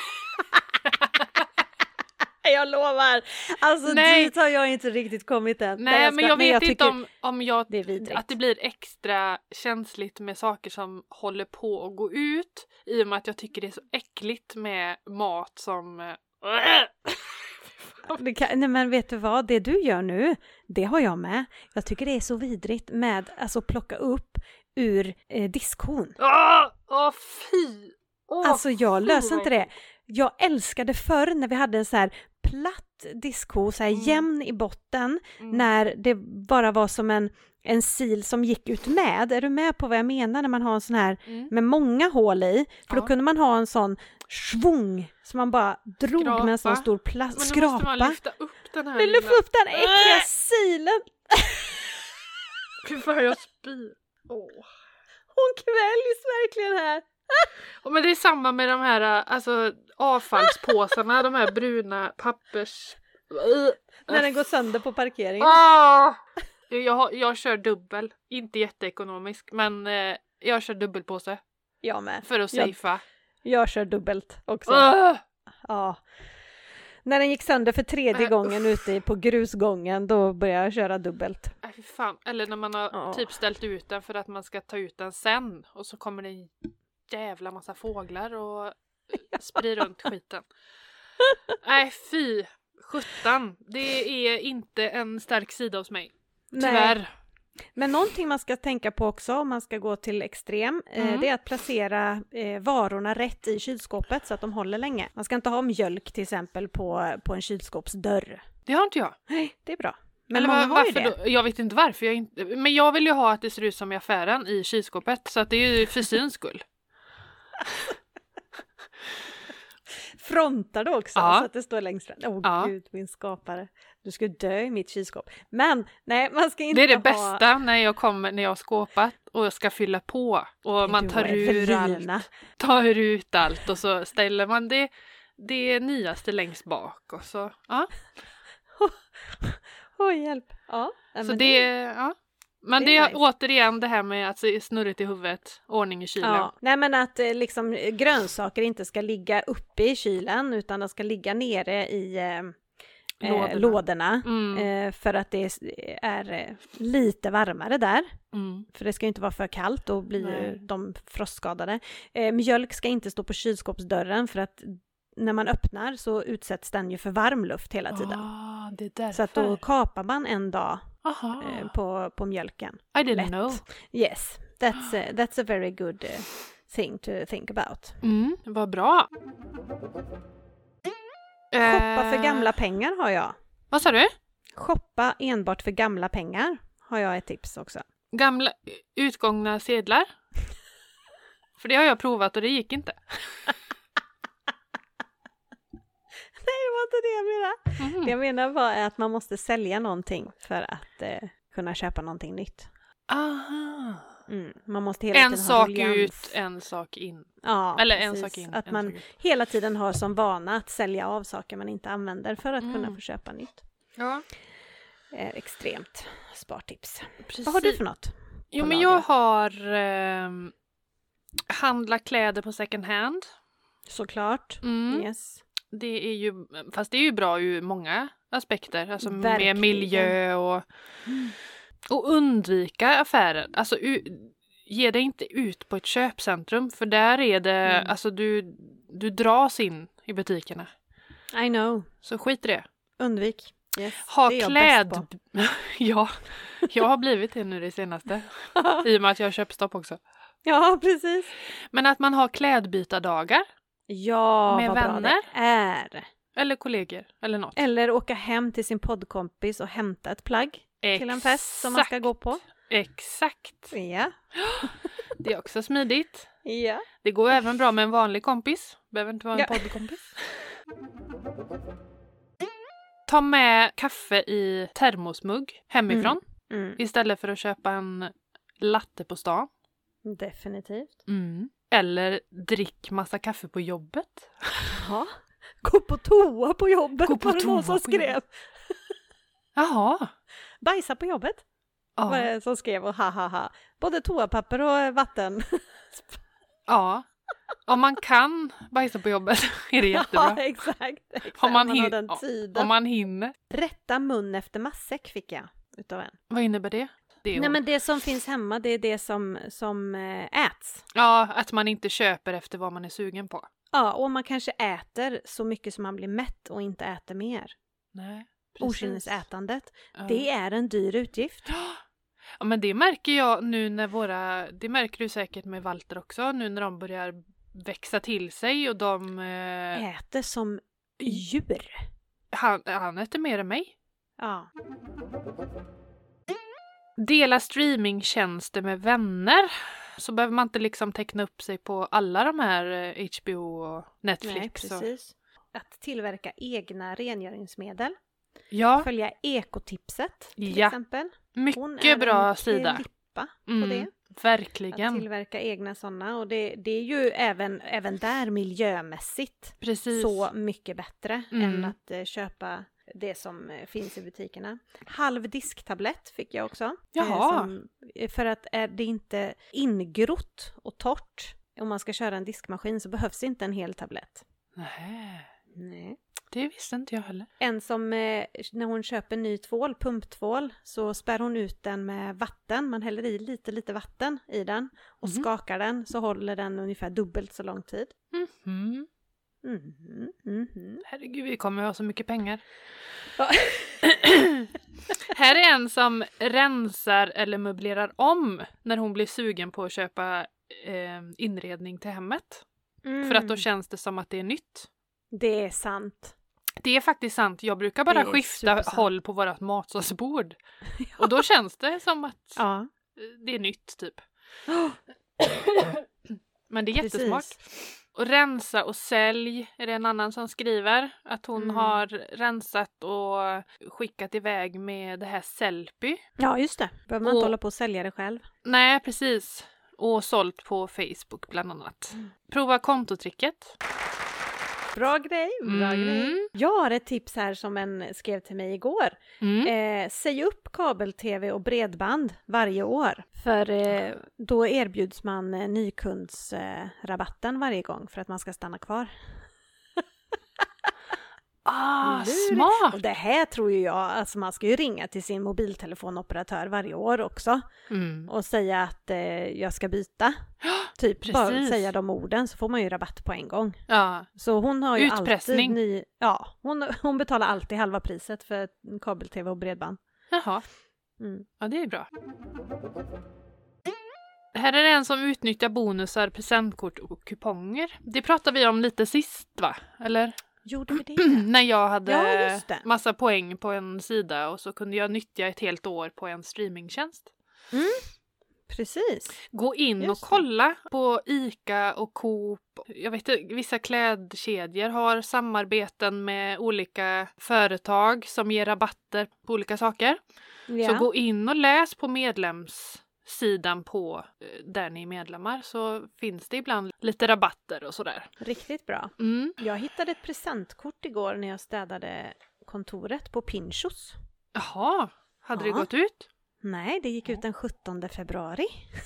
Jag lovar. Alltså dit har jag inte riktigt kommit än. Nej, men jag vet inte om det att det blir extra känsligt med saker som håller på att gå ut. I och med att jag tycker det är så äckligt med mat som... Nej men vet du vad, det du gör nu, det har jag med. Jag tycker det är så vidrigt med alltså plocka upp ur diskhon. Fy! Alltså jag löser inte det. Jag älskade förr när vi hade en så här platt diskho, så här jämn i botten, när det bara var som en sil som gick ut med. Är du med på vad jag menar när man har en sån här med många hål i? För då kunde man ha en sån svung som man bara drog med en sån stor skrapa. Men då måste man lyfta upp den här. Lyfta upp den äckliga silen. Gud vad jag spyr. Hon kväljs verkligen här. Men det är samma med de här alltså, avfallspåsarna, de här bruna pappers... När den går sönder på parkeringen. Jag kör dubbel. Inte jätteekonomisk, men jag kör dubbelpåse. Jag med. För att safea. Jag kör dubbelt också. Ja. När den gick sönder för tredje gången ute på grusgången, då började jag köra dubbelt. Fy fan. Eller när man har typ ställt ut den för att man ska ta ut den sen. Och så kommer det en jävla massa fåglar och sprider runt skiten. Nej, fy. 17. Det är inte en stark sida hos mig. Tyvärr. Nej. Men någonting man ska tänka på också om man ska gå till extrem, det är att placera varorna rätt i kylskåpet så att de håller länge. Man ska inte ha mjölk till exempel på en kylskåpsdörr. Det har inte jag. Nej, det är bra. Men många har ju det. Jag vet inte varför. Men jag vill ju ha att det ser ut som i affären i kylskåpet. Så att det är ju för syns skull. Frontar du också så att det står längst fram. Gud, min skapare. Du skulle dö i mitt kylskåp. Men nej, man ska inte ha... Det är det bästa när jag har skåpat och jag ska fylla på. Och man tar ut allt och så ställer man det nyaste längst bak. Och så, hjälp. Ja, så men det är nice. Återigen det här med att se snurrigt i huvudet, ordning i kylen. Ja. Nej, men att liksom grönsaker inte ska ligga uppe i kylen utan de ska ligga nere i lådorna. För att det är lite varmare där. För det ska inte vara för kallt, då blir de frostskadade. Mjölk ska inte stå på kylskåpsdörren för att när man öppnar så utsätts den ju för varm luft hela tiden. Det är därför. Så att då kapar man en dag på mjölken. I didn't know. Yes, that's a very good thing to think about. Vad bra. Shoppa för gamla pengar har jag. Vad sa du? Shoppa enbart för gamla pengar har jag ett tips också. Gamla utgångna sedlar? För det har jag provat och det gick inte. Nej, det var inte det jag menade. Det jag menar var att man måste sälja någonting för att kunna köpa någonting nytt. Aha. Man måste hela tiden ha ruljans. En sak ut, en sak in. Ja, eller precis. en sak in. Att man hela tiden har som vana att sälja av saker man inte använder för att kunna få köpa nytt. Ja. Extremt spartips. Precis. Vad har du för något? Jo, men jag har handlat kläder på second hand. Såklart. Yes. Det är ju, fast det är ju bra ur många aspekter. Alltså med miljö och undvika affärer. Alltså ge dig inte ut på ett köpcentrum. För där är det, alltså du dras in i butikerna. I know. Så skit i det. Undvik. Yes, ha kläd... Ja, jag har blivit det nu det senaste. I och med att jag har köpstopp också. Ja, precis. Men att man har klädbytardagar. Ja, med vad vänner. Bra det är. Eller kollegor, eller något. Eller åka hem till sin poddkompis och hämta ett plagg till en fest som man ska gå på. Exakt. Ja. Det är också smidigt. Ja. Det går även bra med en vanlig kompis. Behöver inte vara en poddkompis. Ta med kaffe i termosmugg hemifrån. Istället för att köpa en latte på stan. Definitivt. Eller drick massa kaffe på jobbet. Ja. Gå på toa på jobbet. Var det någon som skrev? Jaha. Bajsa på jobbet. Var det som skrev och ha. Både toapapper och vatten. Ja. Om man kan bajsa på jobbet är det jättebra. Ja, exakt. Om man har den tiden. Om man hinner. Rätta mun efter matsäck fick jag utav en. Vad innebär det? Nej, men det som finns hemma, det är det som äts. Ja, att man inte köper efter vad man är sugen på. Ja, och man kanske äter så mycket som man blir mätt och inte äter mer. Nej, okynnesätandet. Det är en dyr utgift. Ja, men det märker jag nu när det märker du säkert med Walter också, nu när de börjar växa till sig och de äter som djur. Han äter mer än mig. Ja. Dela streamingtjänster med vänner. Så behöver man inte liksom teckna upp sig på alla de här HBO och Netflix. Nej, precis. Att tillverka egna rengöringsmedel. Ja. Följa ekotipset till exempel. Mycket bra sida. Lippa på det. Verkligen. Att tillverka egna sådana. Och det är ju även där miljömässigt så mycket bättre än att köpa det som finns i butikerna. Halv disktablett fick jag också. Jaha. För att är det inte ingrott och torrt, om man ska köra en diskmaskin så behövs inte en hel tablett. Nej. Det visste inte jag heller. En som när hon köper ny tvål, pumptvål, så spär hon ut den med vatten. Man häller i lite vatten i den och skakar den, så håller den ungefär dubbelt så lång tid. Herregud, vi kommer ha så mycket pengar. Här är en som rensar eller möblerar om när hon blir sugen på att köpa inredning till hemmet. För att då känns det som att det är nytt. Det är sant. Det är faktiskt sant. Jag brukar bara skifta håll på vårat matsåsbord. Och då känns det som att det är nytt typ. Men det är jättesmart. Och rensa och sälj är det en annan som skriver. Att hon har rensat och skickat iväg med det här Sellpy. Ja, just det. Behöver man inte hålla på och sälja det själv. Nej, precis. Och sålt på Facebook bland annat. Prova kontotricket. Bra grej. Jag har ett tips här som en skrev till mig igår. Säg upp kabel-tv och bredband varje år. För då erbjuds man nykundsrabatten varje gång för att man ska stanna kvar. Smart! Och det här tror ju jag, alltså man ska ju ringa till sin mobiltelefonoperatör varje år också. Och säga att jag ska byta. Typ bara säga de orden, så får man ju rabatt på en gång. Ja. Så hon har ju utpressning. Alltid hon betalar alltid halva priset för kabel-tv och bredband. Jaha. Ja, det är bra. Här är det en som utnyttjar bonusar, presentkort och kuponger. Det pratade vi om lite sist, va? Eller? Gjorde vi det? När jag hade massa poäng på en sida och så kunde jag nyttja ett helt år på en streamingtjänst. Precis. Gå in och kolla på ICA och Coop. Jag vet inte, vissa klädkedjor har samarbeten med olika företag som ger rabatter på olika saker. Ja. Så gå in och läs på medlemssidan på där ni är medlemmar, så finns det ibland lite rabatter och sådär. Riktigt bra. Jag hittade ett presentkort igår när jag städade kontoret på Pinchos. Jaha, hade det gått ut? Nej, det gick ut den 17 februari.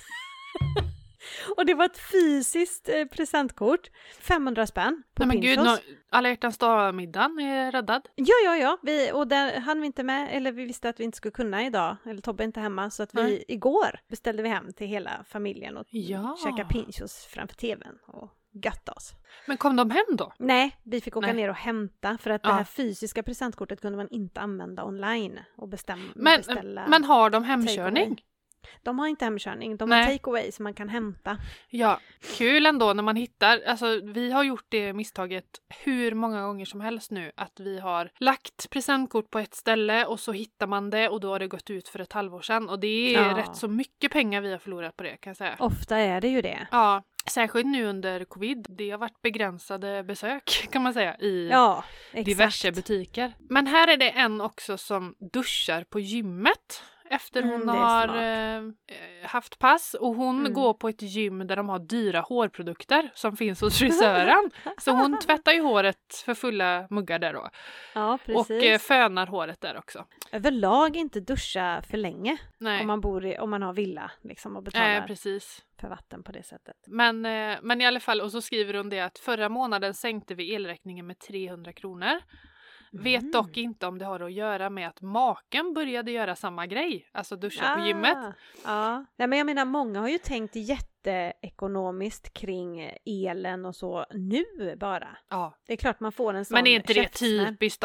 Och det var ett fysiskt presentkort. 500 spänn på Pinchos. Men gud, alla hjärtans dag-middagen är räddad. Ja. Och där hann vi inte med, eller vi visste att vi inte skulle kunna idag. Eller Tobbe är inte hemma, så att igår beställde vi hem till hela familjen och käkade Pinchos framför tvn och götta oss. Men kom de hem då? Nej, vi fick åka ner och hämta, för att det här fysiska presentkortet kunde man inte använda online och beställa. Men har de hemkörning? De har inte hemkörning, de har takeaway som man kan hämta. Ja, kul ändå när man hittar, alltså vi har gjort det misstaget hur många gånger som helst nu, att vi har lagt presentkort på ett ställe och så hittar man det och då har det gått ut för ett halvår sedan, och det är rätt så mycket pengar vi har förlorat på det, kan jag säga. Ofta är det ju det. Ja, särskilt nu under covid. Det har varit begränsade besök, kan man säga, i diverse butiker. Men här är det en också som duschar på gymmet efter hon har haft pass, och hon går på ett gym där de har dyra hårprodukter som finns hos frisören. Så hon tvättar ju håret för fulla muggar där då. Ja, precis. Och fönar håret där också. Överlag inte duscha för länge. Nej. Om man har villa liksom, och betalar för vatten på det sättet. Men i alla fall, och så skriver hon det att förra månaden sänkte vi elräkningen med 300 kronor. Vet dock inte om det har att göra med att maken började göra samma grej. Alltså duscha på gymmet. Ja, men jag menar, många har ju tänkt jätteekonomiskt kring elen och så nu bara. Ja. Det är klart man får en sån. Men är inte det typiskt då?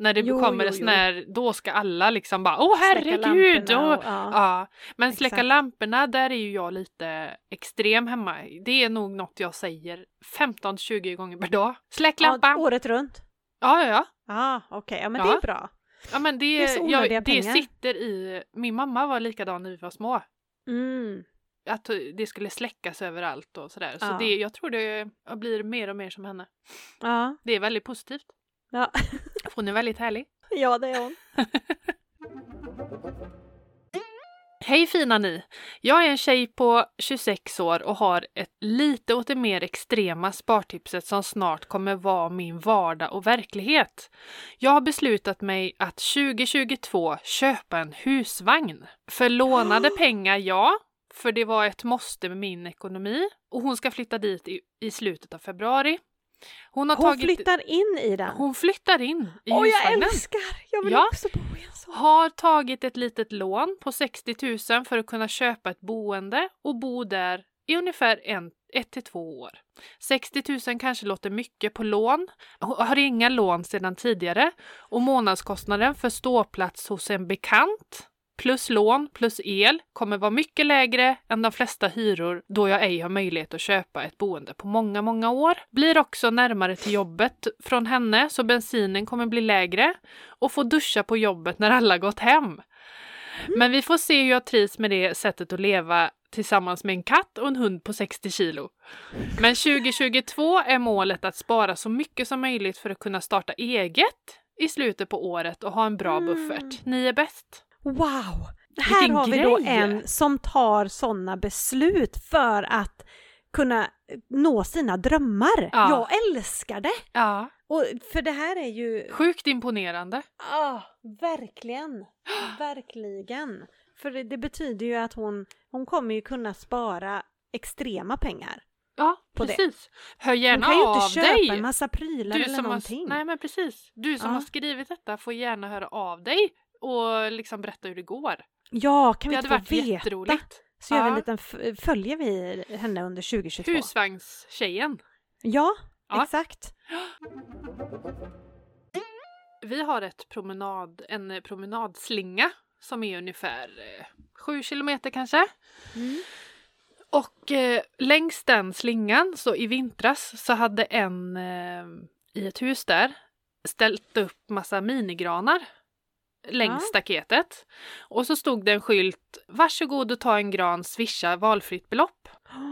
När det kommer en sån här, då ska alla liksom bara, åh herregud! Men släcka lamporna, där är ju jag lite extrem hemma. Det är nog något jag säger 15-20 gånger per dag. Släck lampan! Året runt? Ja. Okej. Ja, men det är bra. Ja, men det sitter i... Min mamma var likadan när vi var små. Att det skulle släckas överallt och sådär. Så jag tror det blir mer och mer som henne. Ja. Det är väldigt positivt. Ja. Hon är väldigt härlig. Ja, det är hon. Hej fina ni! Jag är en tjej på 26 år och har ett lite åt det mer extrema spartipset som snart kommer vara min vardag och verklighet. Jag har beslutat mig att 2022 köpa en husvagn. För lånade pengar, ja. För det var ett måste med min ekonomi. Och hon ska flytta dit i slutet av februari. Hon flyttar in i den? Hon flyttar in i husvagnen. Jag älskar! Jag vill också bo i en sån. Har tagit ett litet lån på 60 000 för att kunna köpa ett boende och bo där i ungefär 1-2 år. 60 000 kanske låter mycket på lån. Hon har inga lån sedan tidigare och månadskostnaden för ståplats hos en bekant plus lån plus el kommer vara mycket lägre än de flesta hyror då jag ej har möjlighet att köpa ett boende på många, många år. Blir också närmare till jobbet från henne så bensinen kommer bli lägre och få duscha på jobbet när alla gått hem. Men vi får se hur jag trivs med det sättet att leva tillsammans med en katt och en hund på 60 kilo. Men 2022 är målet att spara så mycket som möjligt för att kunna starta eget i slutet på året och ha en bra buffert. Ni är bäst! Wow! Här har vi då en som tar sådana beslut för att kunna nå sina drömmar. Ja. Jag älskar det! Ja. Och för det här är ju... Sjukt imponerande. Ja, verkligen. Verkligen. För det betyder ju att hon kommer ju kunna spara extrema pengar. Ja, precis. Hör gärna av dig. Hon kan ju inte köpa en massa prylar eller någonting. Nej, men precis. Du som har skrivit detta får gärna höra av dig och liksom berätta hur det går. Ja, kan vi inte få veta? Jätteroligt. Så gör vi en liten följer vi henne under 2022. Husvagnstjejen. Ja, exakt. Vi har en promenadslinga som är ungefär 7 kilometer kanske. Och längs den slingan så i vintras så hade en i ett hus där ställt upp massa minigranar längs staketet. Och så stod det en skylt, varsågod och ta en gran, swisha valfritt belopp.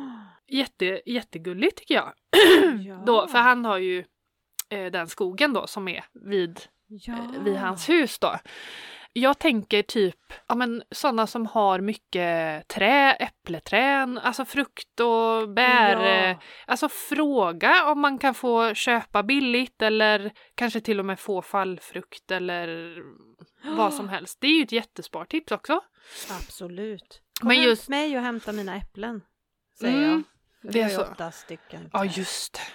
Jättegulligt tycker jag. Då, för han har ju den skogen då som är vid hans hus då. Jag tänker typ sådana som har mycket äppleträn, alltså frukt och bär. Alltså fråga om man kan få köpa billigt eller kanske till och med få fallfrukt eller vad som helst. Det är ju ett jättespartips också. Absolut. Kom just mig och hämta mina äpplen, säger jag. Det är så. 8 stycken. Ja, just det.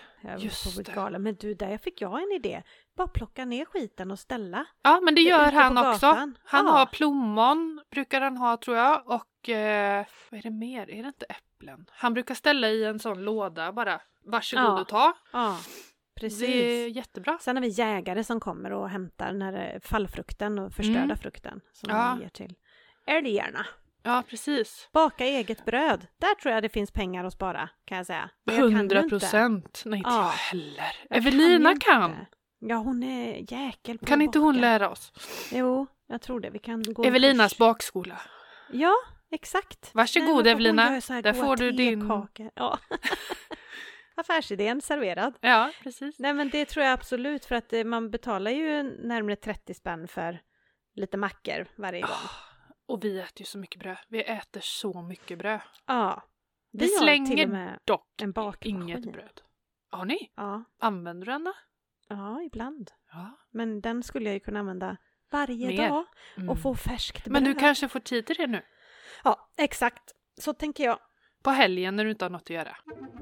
Men du, där fick jag en idé. Bara plocka ner skiten och ställa. Ja, men det gör han också. Han har plommon, brukar han ha tror jag. Och vad är det mer? Är det inte äpplen? Han brukar ställa i en sån låda bara. Varsågod och ta. Ja, precis. Det är jättebra. Sen har vi jägare som kommer och hämtar när fallfrukten och förstörda frukten. Som de ger till älgarna. Ja, precis. Baka eget bröd. Där tror jag det finns pengar att spara, kan jag säga. 100%. Nej, inte jag heller. Evelina kan. Ja, hon är jäkel på kan inte hon lära oss? Jo, jag tror det. Vi kan gå Evelinas bakskola. Ja, exakt. Varsågod Evelina. Där får du din... Ja. Affärsidén serverad. Ja, precis. Nej, men det tror jag absolut. För att man betalar ju närmare 30 spänn för lite mackor varje gång. Och vi äter ju så mycket bröd. Vi äter så mycket bröd. Ja. Vi slänger till och med dock inget bröd. Har ni? Ja. Använder du den då? Ja, ibland. Ja. Men den skulle jag ju kunna använda varje dag och få färskt bröd. Men du kanske får tid till det nu? Ja, exakt. Så tänker jag. På helgen när du inte har något att göra.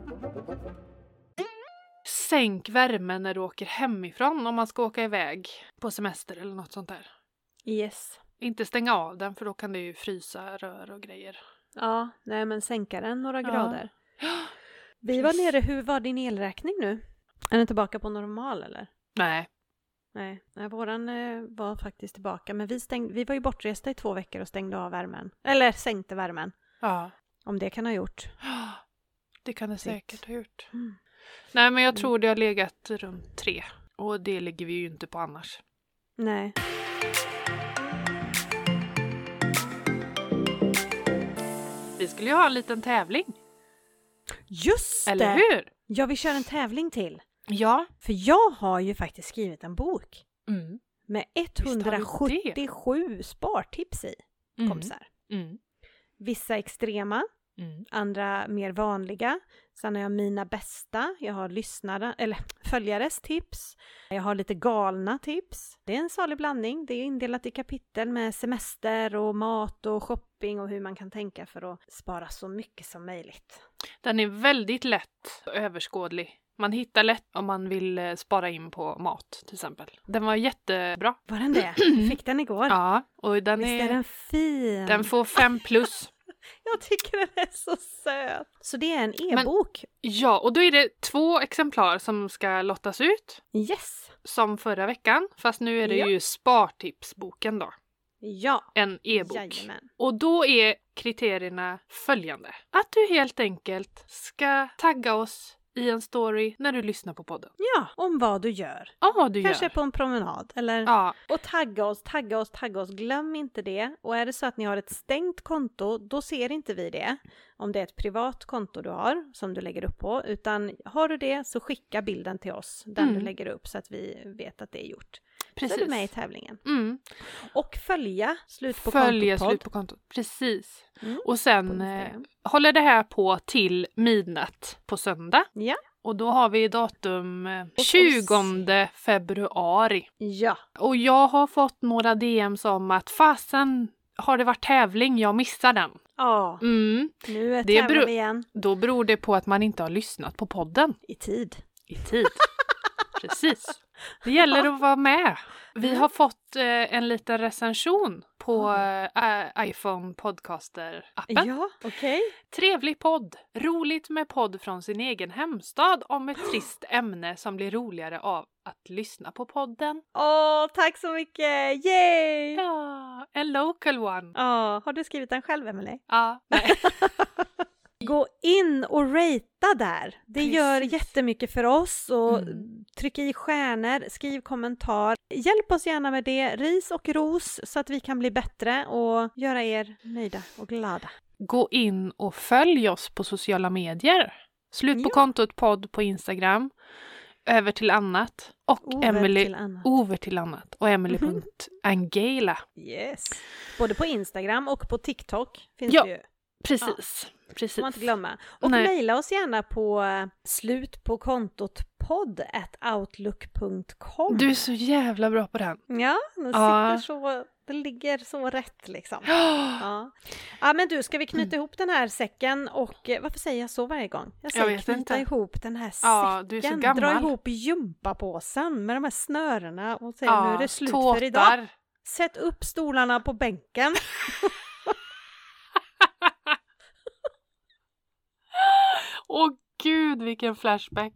Sänk värmen när du åker hemifrån om man ska åka iväg på semester eller något sånt där. Yes. Inte stänga av den för då kan det ju frysa rör och grejer. Ja, nej men sänka den några grader. Vi var nere, hur var din elräkning nu? Är den tillbaka på normal eller? Nej. Nej, våran var faktiskt tillbaka. Men vi var ju bortresta i 2 veckor och stängde av värmen. Eller sänkte värmen. Ja. Om det kan ha gjort. Det kan det säkert ha gjort. Nej, men jag tror det har legat runt 3. Och det ligger vi ju inte på annars. Nej. Vi skulle ju ha en liten tävling. Just Eller det! hur? Ja, vi kör en tävling till. Ja. För jag har ju faktiskt skrivit en bok. Mm. Med 177 spartips i, kompisar. Mm. Vissa extrema. Andra mer vanliga. Sen har jag mina bästa. Jag har följares tips. Jag har lite galna tips. Det är en salig blandning. Det är indelat i kapitel med semester och mat och shopping och hur man kan tänka för att spara så mycket som möjligt. Den är väldigt lätt och överskådlig. Man hittar lätt om man vill spara in på mat till exempel. Den var jättebra. Var den det? Du fick den igår. Ja, och den Visst är den fin? Den får 5+. Jag tycker den är så söt. Så det är en e-bok. Ja, och då är det 2 exemplar som ska lottas ut. Yes. Som förra veckan. Fast nu är det ju spartipsboken då. Ja. En e-bok. Jajamän. Och då är kriterierna följande. Att du helt enkelt ska tagga oss i en story när du lyssnar på podden. Ja, om vad du gör. Om vad du Kanske gör. på en promenad. Eller... Ja. Och tagga oss. Glöm inte det. Och är det så att ni har ett stängt konto, då ser inte vi det. Om det är ett privat konto du har, som du lägger upp på. Utan har du det, så skicka bilden till oss. Den du lägger upp, så att vi vet att det är gjort. Precis. Så är du med i tävlingen. Och följa slut på kontot. Precis. Och sen håller det här på till midnatt på söndag. Ja. Och då har vi datum 20 februari. Ja. Och jag har fått några DMs om att fasen, har det varit tävling? Jag missar den. Ja. Nu är tävling igen. Då beror det på att man inte har lyssnat på podden. I tid. Precis. Det gäller att vara med. Vi har fått en liten recension på iPhone Podcaster-appen. Ja, okej. Trevlig podd. Roligt med podd från sin egen hemstad om ett trist ämne som blir roligare av att lyssna på podden. Tack så mycket! Yay! Ja, en local one. Har du skrivit den själv, Emelie? Ja. Gå in och ratea där. Det gör jättemycket för oss. Och tryck i stjärnor, skriv kommentar. Hjälp oss gärna med det. Ris och ros så att vi kan bli bättre och göra er nöjda och glada. Gå in och följ oss på sociala medier. Slut på kontot podd på Instagram. Över till annat. Och Over till annat. Och Emily.Angela. Yes. Både på Instagram och på TikTok finns det ju. Precis. Får man inte glömma. Och mejla oss gärna på slutpåkontotpodd@outlook.com. Du är så jävla bra på den. Ja, det ligger så rätt liksom. Ja, men du, ska vi knyta ihop den här säcken och varför säger jag så varje gång? Jag säger knyta ihop den här säcken. Ja, du är så gammal. Dra ihop gympapåsen med de här snörena och säga nu är det slut för idag. Sätt upp stolarna på bänken. Åh gud, vilken flashback.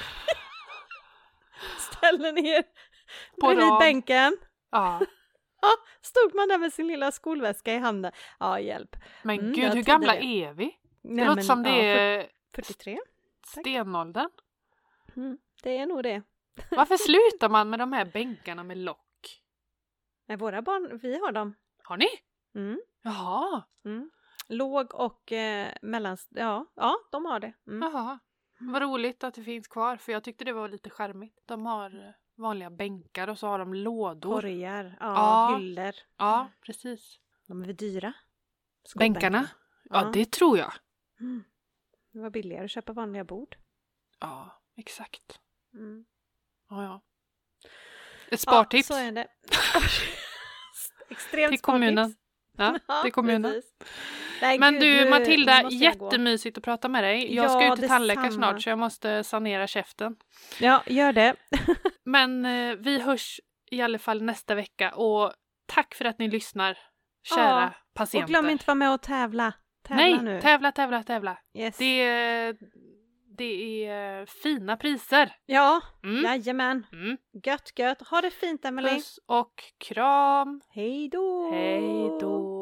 Ställer ner bredvid bänken. Ja. Stod man där med sin lilla skolväska i handen. Ja, hjälp. Men gud, hur gamla är vi? Det låter som det är 43. Stenåldern. Det är nog det. Varför slutar man med de här bänkarna med lock? Nej, våra barn, vi har dem. Har ni? Jaha. Låg och mellan... Ja, de har det. Jaha. Vad roligt att det finns kvar, för jag tyckte det var lite charmigt. De har vanliga bänkar och så har de lådor. Korgar, hyllor. Ja, precis. De är väl dyra? Bänkarna? Ja, det tror jag. Det var billigare att köpa vanliga bord. Ja, exakt. Ja. Ett spartips. Ja, så är det. Extremt till kommunen. Spartips. Ja, till kommunen. Nej, men du Matilda, jättemysigt att prata med dig. Jag ska ut till tandläkaren snart, så jag måste sanera käften. Ja, gör det. Men vi hörs i alla fall nästa vecka. Och tack för att ni lyssnar, kära patienter. Och glöm inte vara med och tävla. Nej, nu. Tävla. Yes. Det är fina priser. Ja, jajamän. Gött. Ha det fint, Emelie. Puss och kram. Hej då. Hej då.